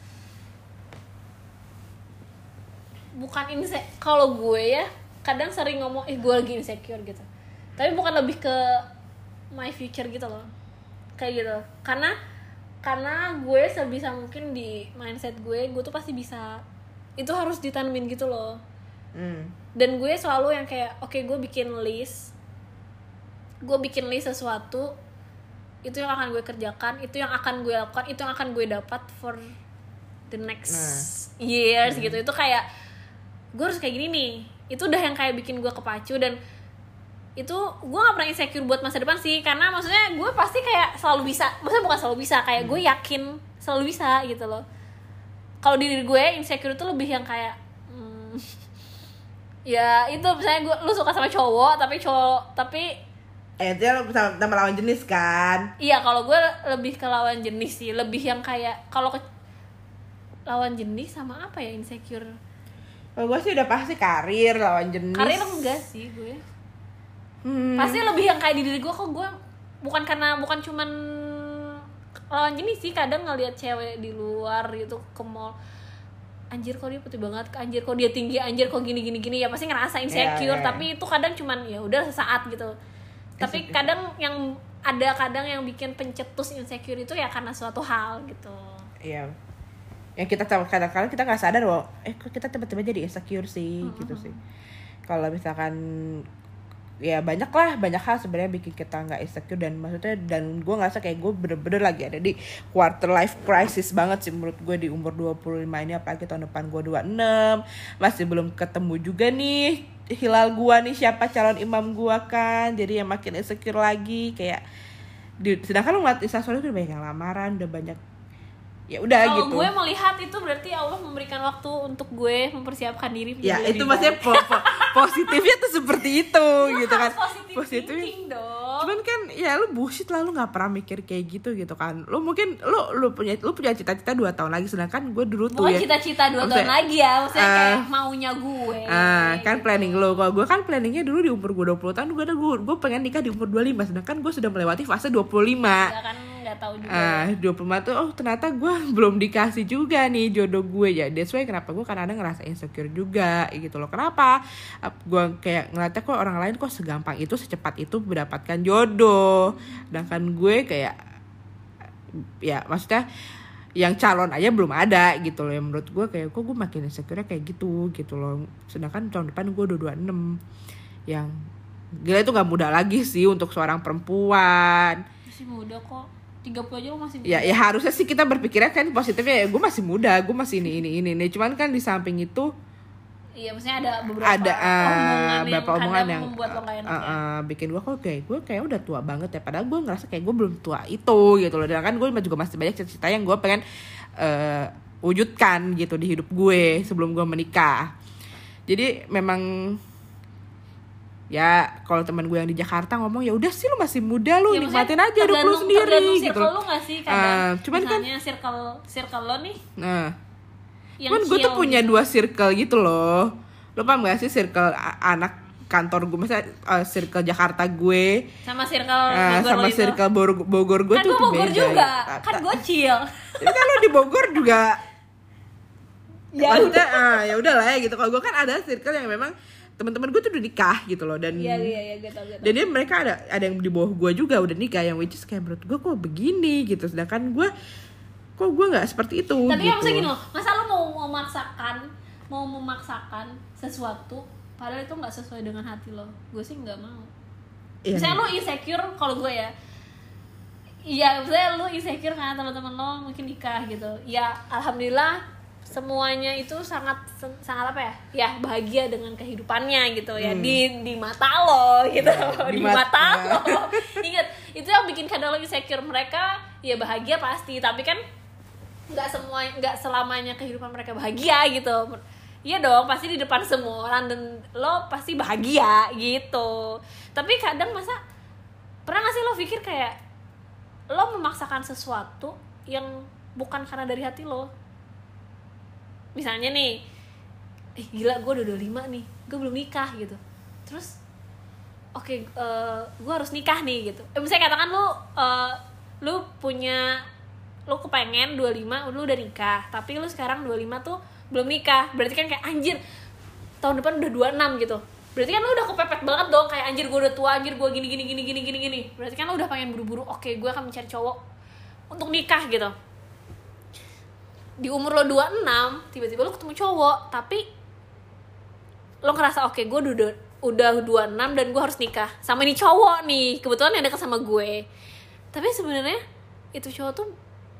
bukan kalau gue ya kadang sering ngomong gue lagi insecure gitu, tapi bukan lebih ke my future gitu loh. kayak gitu. Karena gue sebisa mungkin di mindset gue tuh pasti bisa. Itu harus ditanemin gitu loh. Dan gue selalu yang kayak oke, gue bikin list sesuatu, itu yang akan gue kerjakan, itu yang akan gue lakukan, itu yang akan gue dapat for the next years gitu. Itu kayak gue harus kayak gini nih. Itu udah yang kayak bikin gue kepacu. Dan itu gue gak pernah insecure buat masa depan sih, karena maksudnya gue pasti kayak selalu bisa. Maksudnya bukan selalu bisa, kayak gue yakin selalu bisa gitu loh. Kalau diri gue insecure itu lebih yang kayak ya itu misalnya lu suka sama cowok tapi itu lo sama lawan jenis kan? Iya, kalau gue lebih ke lawan jenis sih, lebih yang kayak kalau ke lawan jenis sama apa ya insecure. Kalau gue sih udah pasti karir, lawan jenis. Karir enggak sih gue. Pasti lebih yang kayak di diri gue, kok gue bukan cuman lawan jenis sih, kadang ngelihat cewek di luar gitu ke mall, anjir kok dia putih banget, anjir kok dia tinggi, anjir kok gini ya pasti ngerasa insecure. Yeah. Tapi itu kadang cuman ya udah sesaat gitu. Tapi kadang yang bikin pencetus insecure itu ya karena suatu hal gitu. Iya. Yang kita kadang-kadang kita nggak sadar loh, kok kita tiba-tiba jadi insecure sih, gitu sih. Kalau misalkan ya banyak hal sebenarnya bikin kita nggak insecure, dan maksudnya gue ngerasa kayak gue bener-bener lagi ada di quarter life crisis banget sih menurut gue di umur 25 ini, apalagi tahun depan gue 26, masih belum ketemu juga nih hilal gue nih siapa calon imam gue kan, jadi yang makin insecure lagi kayak sedangkan lu ngeliat instastory udah banyak yang lamaran, udah banyak ya udah gitu. Kalau gue melihat itu berarti Allah memberikan waktu untuk gue mempersiapkan diri. Ya itu maksudnya positifnya tuh seperti itu gitu kan. Positif dong. Cuman kan ya lu bullshit lah, lu nggak pernah mikir kayak gitu kan. Lu mungkin lu punya cita-cita 2 tahun lagi, sedangkan gue dulu tuh bukan cita-cita 2 tahun lagi ya, maksudnya kayak maunya gue. Kan planning lu. Kalau gue kan planningnya dulu di umur gue 20 tahun gue pengen nikah di umur 25, sedangkan gue sudah melewati fase 25. Ya kan nggak tahu juga. 25 tuh ternyata gue belum dikasih juga nih jodoh gue ya. That's why kenapa gue kadang-kadang ngerasa insecure juga gitu loh. Kenapa? Gue kayak ngeliatnya kok orang lain kok segampang itu, secepat itu mendapatkan jodoh. Sedangkan gue kayak ya maksudnya yang calon aja belum ada gitu loh. Yang menurut gue kayak kok gue makin insecure kayak gitu loh. Sedangkan tahun depan gue udah 26. Yang gila itu gak mudah lagi sih untuk seorang perempuan. Masih muda kok. 30 aja lo masih muda. Ya harusnya sih kita berpikirnya kan positifnya, ya gue masih muda, gue masih ini. Cuman kan di samping itu iya, maksudnya ada beberapa omongan yang membuat lo gak enak bikin gue kayak udah tua banget ya, padahal gue ngerasa kayak gue belum tua itu gitu loh. Dan kan gue juga masih banyak cita-cita yang gue pengen wujudkan gitu di hidup gue sebelum gue menikah. Jadi memang ya kalau teman gue yang di Jakarta ngomong ya udah sih lu masih muda, lu nikmatin aja hidup lu sendiri tergantung gitu. Circle lu nggak sih kadang? Cuman misalnya kan circle lo nih. Cuman gue tuh punya gitu. 2 circle gitu loh. Lo paham gak sih circle anak kantor gue, misalnya circle Jakarta gue sama circle Bogor sama itu. Circle Bogor gue kan tuh Bogor beda juga gitu. Kan gue chill. Jadi kan lo di Bogor juga ya maksudnya ya udahlah ya gitu. Kalau gue kan ada circle yang memang teman-teman gue tuh udah nikah gitu loh, dan iya gue tau. dan dia mereka ada yang di bawah gue juga udah nikah, yang which is kayak menurut gue kok begini gitu, sedangkan gue nggak seperti itu. Tapi gitu. ya maksudnya gini loh, masa lo mau memaksakan sesuatu padahal itu nggak sesuai dengan hati lo? Gue sih nggak mau. Misalnya lo insecure, kalau gue ya iya, misalnya lo insecure karena teman-teman lo mungkin nikah gitu, ya alhamdulillah semuanya itu sangat apa ya? Ya bahagia dengan kehidupannya gitu ya, di mata lo gitu. Di mata lo. Ingat, itu yang bikin kadang lo insecure. Mereka ya bahagia pasti, tapi kan nggak selamanya kehidupan mereka bahagia gitu. Iya dong, pasti di depan semua orang dan lo pasti bahagia gitu. Tapi kadang pernah nggak sih lo pikir kayak lo memaksakan sesuatu yang bukan karena dari hati lo? Misalnya nih, gila gue udah 25 nih, gue belum nikah gitu. Terus oke, gue harus nikah nih gitu. Misalnya katakan lu kepengen 25 lu udah nikah, tapi lu sekarang 25 tuh belum nikah. Berarti kan kayak anjir, tahun depan udah 26 gitu. berarti kan lo udah kepepet banget dong, kayak anjir gue udah tua, anjir gue gini. Berarti kan lo udah pengen buru-buru, oke gue akan mencari cowok untuk nikah gitu. Di umur lo 26, tiba-tiba lo ketemu cowok, tapi lo ngerasa oke, gue udah 26 dan gue harus nikah sama ini cowok nih, kebetulan yang dekat sama gue. Tapi sebenarnya itu cowok tuh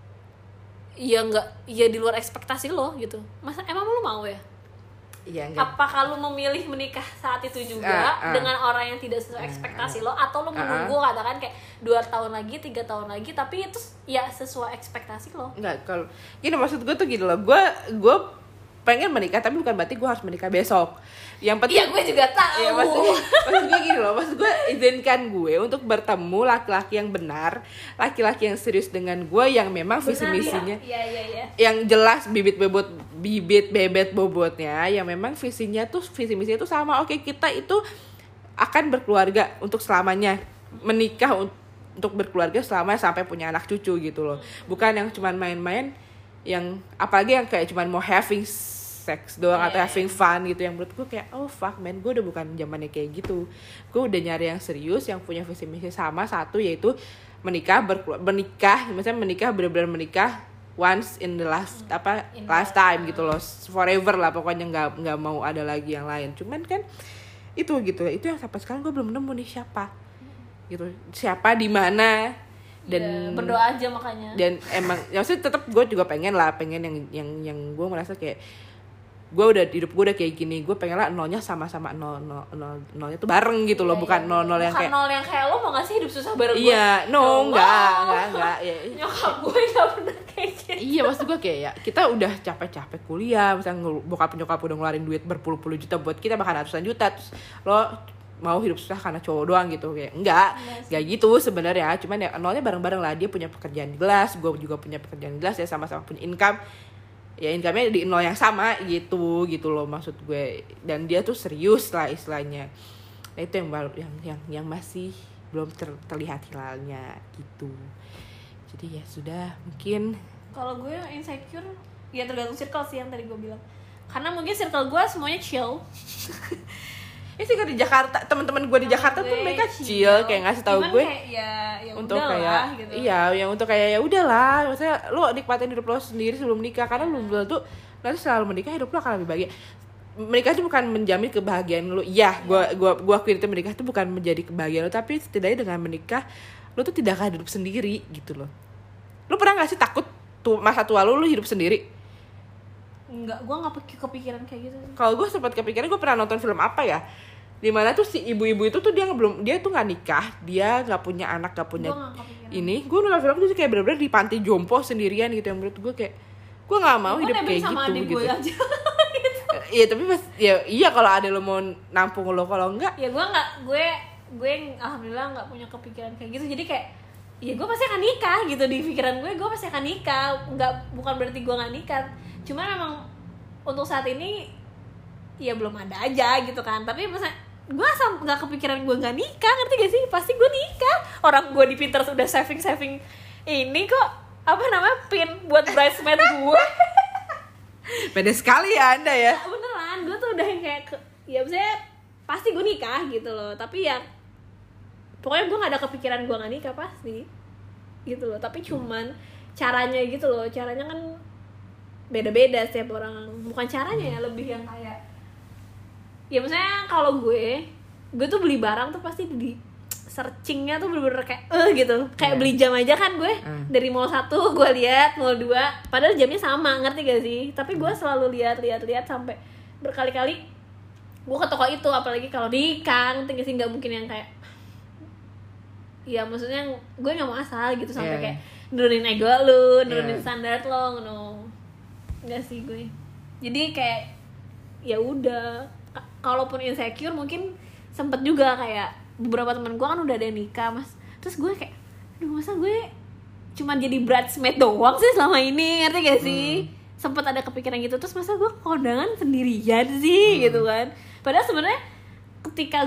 ya nggak, ya di luar ekspektasi lo gitu. Masa emang lo mau ya? Iya, enggak. Apakah lo memilih menikah saat itu juga dengan orang yang tidak sesuai ekspektasi lo, atau lo menunggu katakan kayak 2 tahun lagi, 3 tahun lagi, tapi itu ya sesuai ekspektasi lo? Enggak, kalau gini maksud gue tuh gini loh, gue pengen menikah tapi bukan berarti gue harus menikah besok. Yang penting, iya gue juga tahu. Ya, maksud gue gini loh, maksud gue izinkan gue untuk bertemu laki-laki yang benar, laki-laki yang serius dengan gue, yang memang visi misinya, ya? yang jelas bibit bebet bobotnya, yang memang visi misinya tuh sama. Oke, kita itu akan berkeluarga untuk selamanya, menikah untuk berkeluarga selama sampai punya anak cucu gitu loh. Bukan yang cuman main-main, yang apalagi yang kayak cuman mau having sex doang atau having fun gitu, yang menurut gue kayak oh fuck man, gue udah bukan zamannya kayak gitu. Gue udah nyari yang serius, yang punya visi misi sama, satu yaitu menikah, misalnya menikah benar-benar menikah once in the lifetime gitu loh, forever lah pokoknya, nggak mau ada lagi yang lain. Cuman kan itu gitu, itu yang sampai sekarang gue belum nemu nih siapa di mana. Dan berdoa aja makanya. Dan emang ya maksudnya tetap gue juga pengen yang gue merasa kayak hidup gue udah kayak gini, gue pengen lah nolnya sama-sama nolnya tuh bareng gitu loh, bukan nol yang kayak nol yang kayak lo mau nggak sih hidup susah bareng gue? Iya, enggak ya. Nyokap gue nggak pernah kayak gitu. Iya, maksud gue kayak ya kita udah capek-capek kuliah, misalnya bokap nyokap udah ngeluarin duit berpuluh-puluh juta buat kita, bahkan ratusan juta, terus lo mau hidup susah karena cowok doang gitu, kayak enggak gitu sebenarnya. Cuman ya nolnya bareng-bareng lah, dia punya pekerjaan jelas, gue juga punya pekerjaan jelas, ya sama-sama punya income, ya income-nya di nol yang sama gitu loh maksud gue. Dan dia tuh serius lah istilahnya. Nah itu yang masih belum terlihat hilalnya gitu. Jadi ya sudah, mungkin kalau gue insecure ya tergantung circle sih yang tadi gue bilang, karena mungkin circle gue semuanya chill. sih di Jakarta, teman-teman gue di Jakarta tuh mereka chill, kayak ngasih tahu gue ya untuk kayak gitu. Iya, yang untuk kayak ya udahlah, maksudnya lu nikmatin hidup lo sendiri sebelum nikah, karena lu tuh nanti selalu menikah hidup lo akan lebih bahagia. Menikah itu bukan menjamin kebahagiaan lu. Iya, gua akuin itu, menikah itu bukan menjadi kebahagiaan lu, tapi setidaknya dengan menikah lu tuh tidak akan hidup sendiri gitu loh. Lu pernah gak sih takut tuh masa tua lu hidup sendiri? Enggak, gue nggak kepikiran kayak gitu. Kalau gue sempat kepikiran, gue pernah nonton film apa ya, dimana tuh si ibu-ibu itu tuh dia tuh nggak nikah, dia nggak punya anak, nggak punya ini. Gue nonton film itu kayak bener-bener di panti jompo sendirian gitu, yang menurut gue kayak gue nggak mau hidup kayak gitu. Iya tapi iya kalau ada lo mau nampung lo, kalau enggak ya gue alhamdulillah nggak punya kepikiran kayak gitu. Jadi kayak ya gue pasti akan nikah gitu, di pikiran gue pasti akan nikah. Bukan berarti gue nggak nikah, cuma memang untuk saat ini ya belum ada aja gitu kan. Tapi masa gue asal nggak kepikiran gue nggak nikah, ngerti gak sih? Pasti gue nikah. Orang gue di Pinterest udah saving ini kok, apa namanya, pin buat bridesmaid gue. Pede sekali ya Anda ya. Nah, beneran gue tuh udah kayak ya maksudnya pasti gue nikah gitu loh. Tapi ya pokoknya gue nggak ada kepikiran gue nggak nikah pasti gitu loh. Tapi cuman caranya gitu loh, caranya kan beda-beda setiap orang. Bukan caranya ya, lebih yang kayak ya misalnya kalau gue tuh beli barang tuh pasti di searchingnya tuh bener-bener kayak gitu, kayak beli jam aja kan gue dari mall 1 gue lihat, mall 2 padahal jamnya sama, ngerti gak sih? Tapi gue selalu lihat sampai berkali-kali gue ke toko itu, apalagi kalau nikah, ngerti gak sih? Nggak mungkin yang kayak ya maksudnya gue nggak mau asal gitu sampai kayak nurunin ego lu, nurunin standar lo, nggak sih gue. Jadi kayak ya udah, kalaupun insecure mungkin sempet juga kayak beberapa teman gue kan udah ada yang nikah mas, terus gue kayak aduh masa gue cuma jadi bridesmaid doang sih selama ini, ngerti gak sih? Sempet ada kepikiran gitu, terus masa gue kondangan sendirian sih gitu kan. Padahal sebenarnya ketika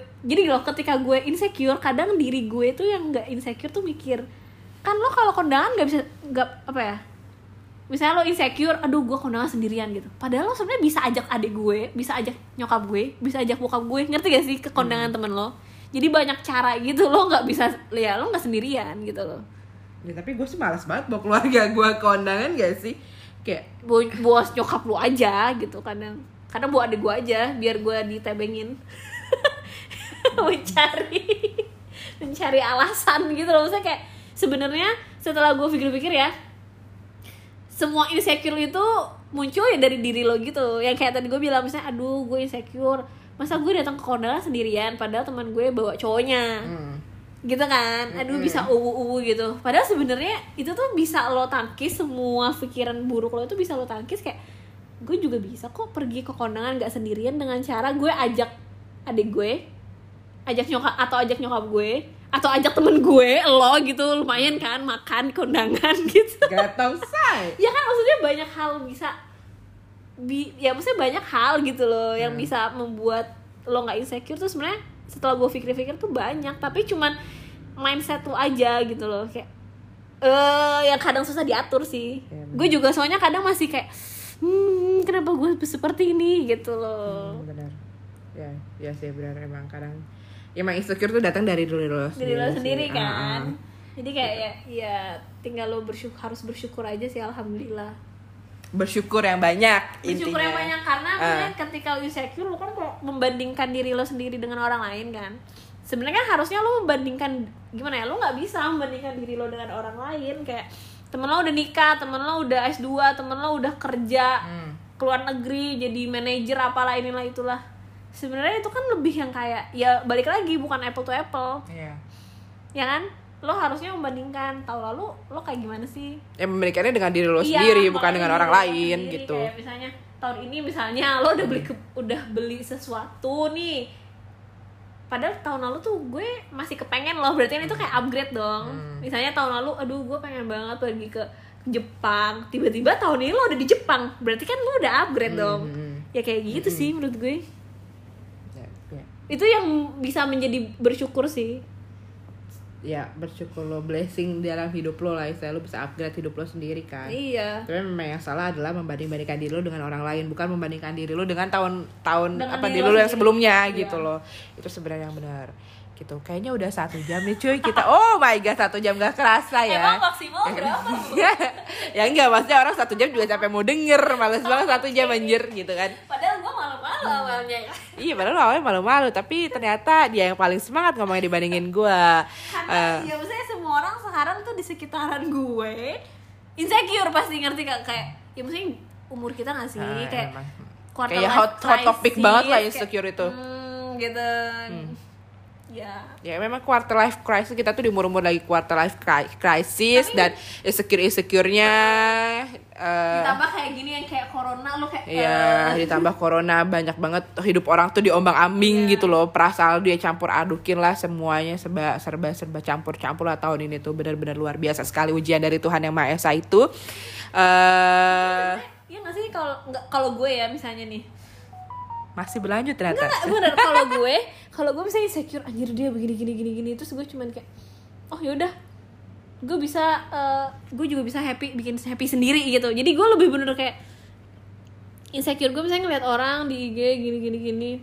gue insecure, kadang diri gue tuh yang nggak insecure tuh mikir, kan lo kalau kondangan nggak apa ya, misalnya lo insecure, aduh gue kondangan sendirian gitu, padahal lo sebenarnya bisa ajak adik gue, bisa ajak nyokap gue, bisa ajak bokap gue, ngerti gak sih, ke kondangan temen lo. Jadi banyak cara gitu, lo nggak bisa, ya lo nggak sendirian gitu lo. Ya, tapi gue sih malas banget bawa keluarga gue ke kondangan gak sih, kayak Bawa nyokap lo aja gitu, kadang bawa adik gue aja biar gue ditebengin. mencari alasan gitu loh. Maksudnya kayak sebenarnya setelah gue pikir-pikir ya, semua insecure itu muncul ya dari diri lo gitu. Yang kayak tadi gue bilang, misalnya aduh gue insecure, masa gue datang ke kondangan sendirian padahal teman gue bawa cowoknya. Gitu kan, aduh bisa uwu gitu. Padahal sebenarnya itu tuh bisa lo tangkis, semua pikiran buruk lo itu bisa lo tangkis. Kayak gue juga bisa kok pergi ke kondangan gak sendirian dengan cara gue ajak adik gue, ajak nyokap gue, atau ajak temen gue, lo gitu, lumayan kan makan kondangan gitu. gak tau say. Ya kan, maksudnya banyak hal bisa ya maksudnya banyak hal gitu loh yang bisa membuat lo nggak insecure tuh. Sebenarnya setelah gue pikir-pikir tuh banyak, tapi cuman mindset lo aja gitu loh, kayak yang kadang susah diatur sih. Gue juga soalnya kadang masih kayak kenapa gue seperti ini gitu loh. Benar. Ya sih benar, emang kadang emang insecure tuh datang dari diri lo sendiri kan. Jadi kayak ya tinggal lo harus bersyukur aja sih, alhamdulillah. Bersyukur yang banyak Bersyukur intinya. yang banyak, karena ketika lo insecure lo kan kayak membandingkan diri lo sendiri dengan orang lain kan. Sebenarnya kan harusnya lo membandingkan, gimana ya, lo nggak bisa membandingkan diri lo dengan orang lain. Kayak temen lo udah nikah, temen lo udah S2, temen lo udah kerja keluar negeri jadi manajer apalah inilah itulah. Sebenarnya itu kan lebih yang kayak, ya balik lagi, bukan apple to apple. Iya. Ya kan, lo harusnya membandingkan tahun lalu lo kayak gimana sih. Ya membandingkannya dengan diri lo Iya, sendiri, bukan makanya dengan diri orang lo lain sendiri. gitu. Kayak misalnya tahun ini misalnya lo udah beli sesuatu nih, padahal tahun lalu tuh gue masih kepengen loh, berarti kan itu kayak upgrade dong. Misalnya tahun lalu, aduh gue pengen banget pergi ke Jepang, tiba-tiba tahun ini lo udah di Jepang, berarti kan lo udah upgrade dong. Ya kayak gitu sih menurut gue. Ya. Itu yang bisa menjadi bersyukur sih. Ya bersyukur lo, blessing dalam hidup lo lah, istilah lo bisa upgrade hidup lo sendiri kan. Iya. Tapi memang yang salah adalah membandingkan diri lo dengan orang lain, bukan membandingkan diri lo dengan tahun Dengan apa diri diri lo lo yang sendiri. sebelumnya Iya. gitu loh. Itu sebenarnya yang benar. Gitu. Kayaknya udah 1 jam nih cuy kita. Oh my god, 1 jam gak kerasa ya. Emang maksimal berapa? Ya enggak, maksudnya orang 1 jam juga sampai mau denger, males banget 1 jam anjir gitu kan. Padahal gue malu-malu awalnya ya. Iya, padahal awalnya malu-malu, tapi ternyata dia yang paling semangat ngomongnya dibandingin gue. Karena ya maksudnya semua orang sekarang tuh di sekitaran gue insecure pasti, ngerti gak? Kayak ya maksudnya umur kita gak sih? Kayak emang. quarter Kayak life hot topic crisis, banget lah kayak, insecure itu. Gitu. Ya memang quarter life crisis, kita tuh di umur-umur lagi quarter life crisis. Tapi, dan insecure-nya ditambah kayak gini yang kayak corona lo kayak ya ditambah corona, banyak banget hidup orang tuh diombang-ambing gitu loh, perasaan dia campur adukin lah semuanya, serba campur lah tahun ini tuh. Benar-benar luar biasa sekali ujian dari Tuhan Yang Maha Esa itu. Iya nggak sih, kalau gue ya misalnya nih, masih berlanjut ternyata. Nggak, bener, kalau gue misalnya insecure, anjir dia begini terus gue cuman kayak, oh yaudah, gue juga bisa bikin happy sendiri gitu. Jadi gue lebih bener kayak insecure gue misalnya ngeliat orang di IG gini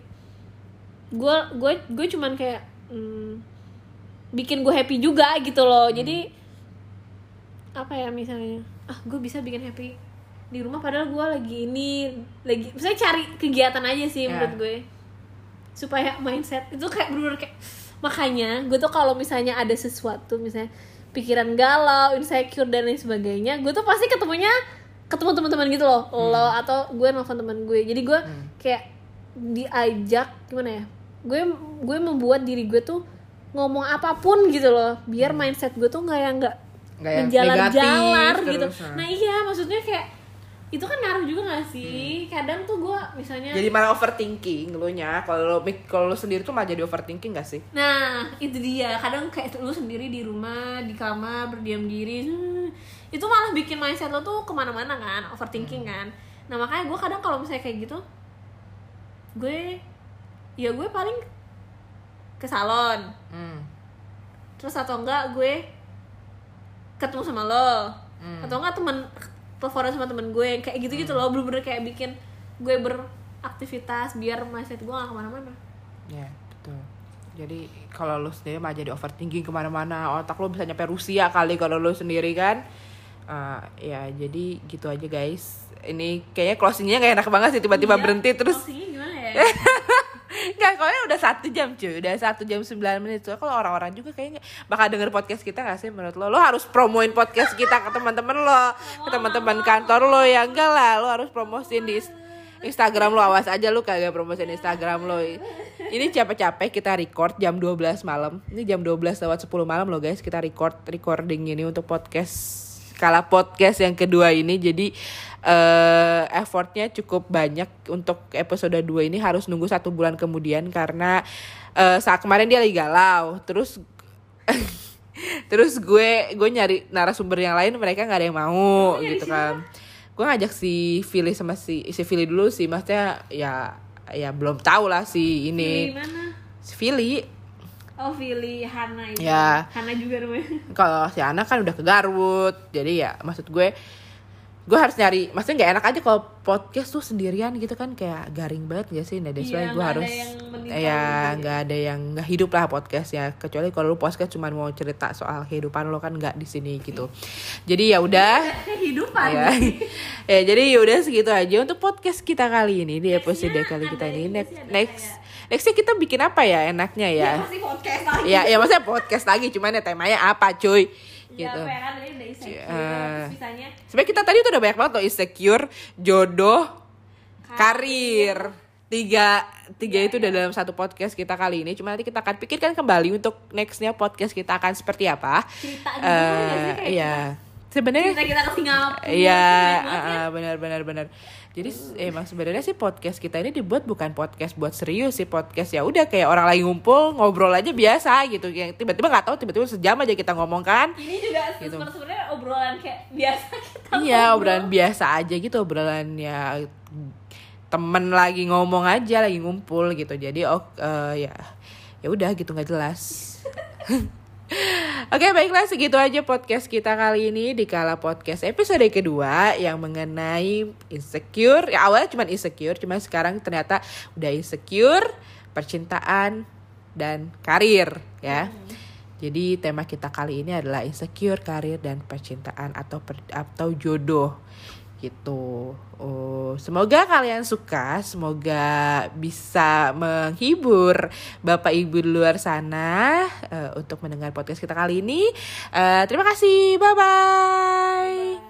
gue cuman kayak bikin gue happy juga gitu loh. Jadi apa ya, misalnya gue bisa bikin happy di rumah padahal gue lagi misalnya cari kegiatan aja sih menurut gue, supaya mindset itu kayak bener-bener kayak. Makanya gue tuh kalau misalnya ada sesuatu, misalnya pikiran galau, insecure dan lain sebagainya, gue tuh pasti ketemu teman-teman gitu loh, lo atau gue nelfon teman gue. Jadi gue kayak diajak, gimana ya, gue membuat diri gue tuh ngomong apapun gitu loh, biar mindset gue tuh nggak menjalar-jalar gitu. Nah iya, maksudnya kayak itu kan ngaruh juga gak sih? Kadang tuh gue misalnya jadi malah overthinking lo nya. Kalau lo sendiri tuh malah jadi overthinking gak sih? Nah itu dia, kadang kayak lu sendiri di rumah, di kamar, berdiam diri, itu malah bikin mindset lo tuh kemana-mana kan, overthinking kan. Nah makanya gue kadang kalau misalnya kayak gitu, gue paling ke salon, terus atau enggak gue ketemu sama lo, atau enggak teleponan sama temen gue yang kayak gitu-gitu loh, bener-bener kayak bikin gue beraktivitas biar mindset gue gak kemana-mana. Ya betul. Jadi kalau lu sendiri mah jadi overthinking kemana-mana, otak lu bisa nyampe Rusia kali kalau lu sendiri kan. Ya jadi gitu aja guys. Ini kayaknya closingnya gak enak banget sih, tiba-tiba berhenti terus. Closingnya gimana ya? Enggak, kalau udah 1 jam cuy, udah 1 jam 9 menit. So, kalau orang-orang juga kayaknya bakal denger podcast kita gak sih menurut lo? Lo harus promoin podcast kita ke teman-teman lo, ke teman-teman kantor lo. Ya enggak lah, lo harus promosiin di Instagram lo. Awas aja lo kagak promosiin Instagram lo. Ini capek-capek kita record jam 12 malam. Ini jam 12 lewat 10 malam lo guys, kita recording ini untuk podcast Kala Podcast yang kedua ini. Jadi effortnya cukup banyak untuk episode 2 ini, harus nunggu 1 bulan kemudian karena saat kemarin dia lagi galau. Terus gue nyari narasumber yang lain, mereka nggak ada yang mau gitu kan. Gue ngajak si Philly sama si Philly dulu sih, maksudnya ya belum tahu lah si ini. Philly mana? Si Philly. Oh, Philly, Hana itu. Ya. Hana juga namanya. Kalau si Ana kan udah ke Garut, jadi ya maksud gue harus nyari, maksudnya nggak enak aja kalau podcast tuh sendirian gitu kan, kayak garing banget gak sih? Nah, that's why gue harus nggak ada yang nggak hidup lah podcast ya, kecuali kalau lu podcast cuma mau cerita soal kehidupan lo kan nggak di sini gitu. Jadi ya udah kehidupan. Ya jadi ya udah segitu aja untuk podcast kita kali ini di episode kali kita ini. Nextnya kita bikin apa ya enaknya ya? Ya pasti podcast lagi. Ya maksudnya podcast lagi, cuman ya temanya apa cuy? Ya, Gitu. kan dari insecure, terus misalnya Sebenarnya kita tadi tuh udah banyak banget loh, insecure, jodoh, karir. Tiga itu udah dalam satu podcast kita kali ini. Cuma nanti kita akan pikirkan kembali untuk nextnya podcast kita akan seperti apa. cerita gitu kan sih kayak Iya. Sebenarnya kita ke Singapura. iya, benar. Jadi emang sebenarnya sih podcast kita ini dibuat bukan podcast buat serius sih, podcast ya udah kayak orang lagi ngumpul ngobrol aja biasa gitu. Yang tiba-tiba nggak tahu, tiba-tiba sejam aja kita ngomong kan. Ini juga Gitu. sebenarnya obrolan kayak biasa kita. Iya, obrolan biasa aja gitu, obrolan ya temen lagi ngomong aja, lagi ngumpul gitu. Jadi ya udah gitu, nggak jelas. Oke, baiklah segitu aja podcast kita kali ini di Kala Podcast episode kedua yang mengenai insecure. Ya awalnya cuma insecure, cuma sekarang ternyata udah insecure, percintaan dan karir ya. Jadi tema kita kali ini adalah insecure, karir dan percintaan atau jodoh gitu. Semoga kalian suka, semoga bisa menghibur Bapak Ibu di luar sana untuk mendengar podcast kita kali ini. Terima kasih, bye bye.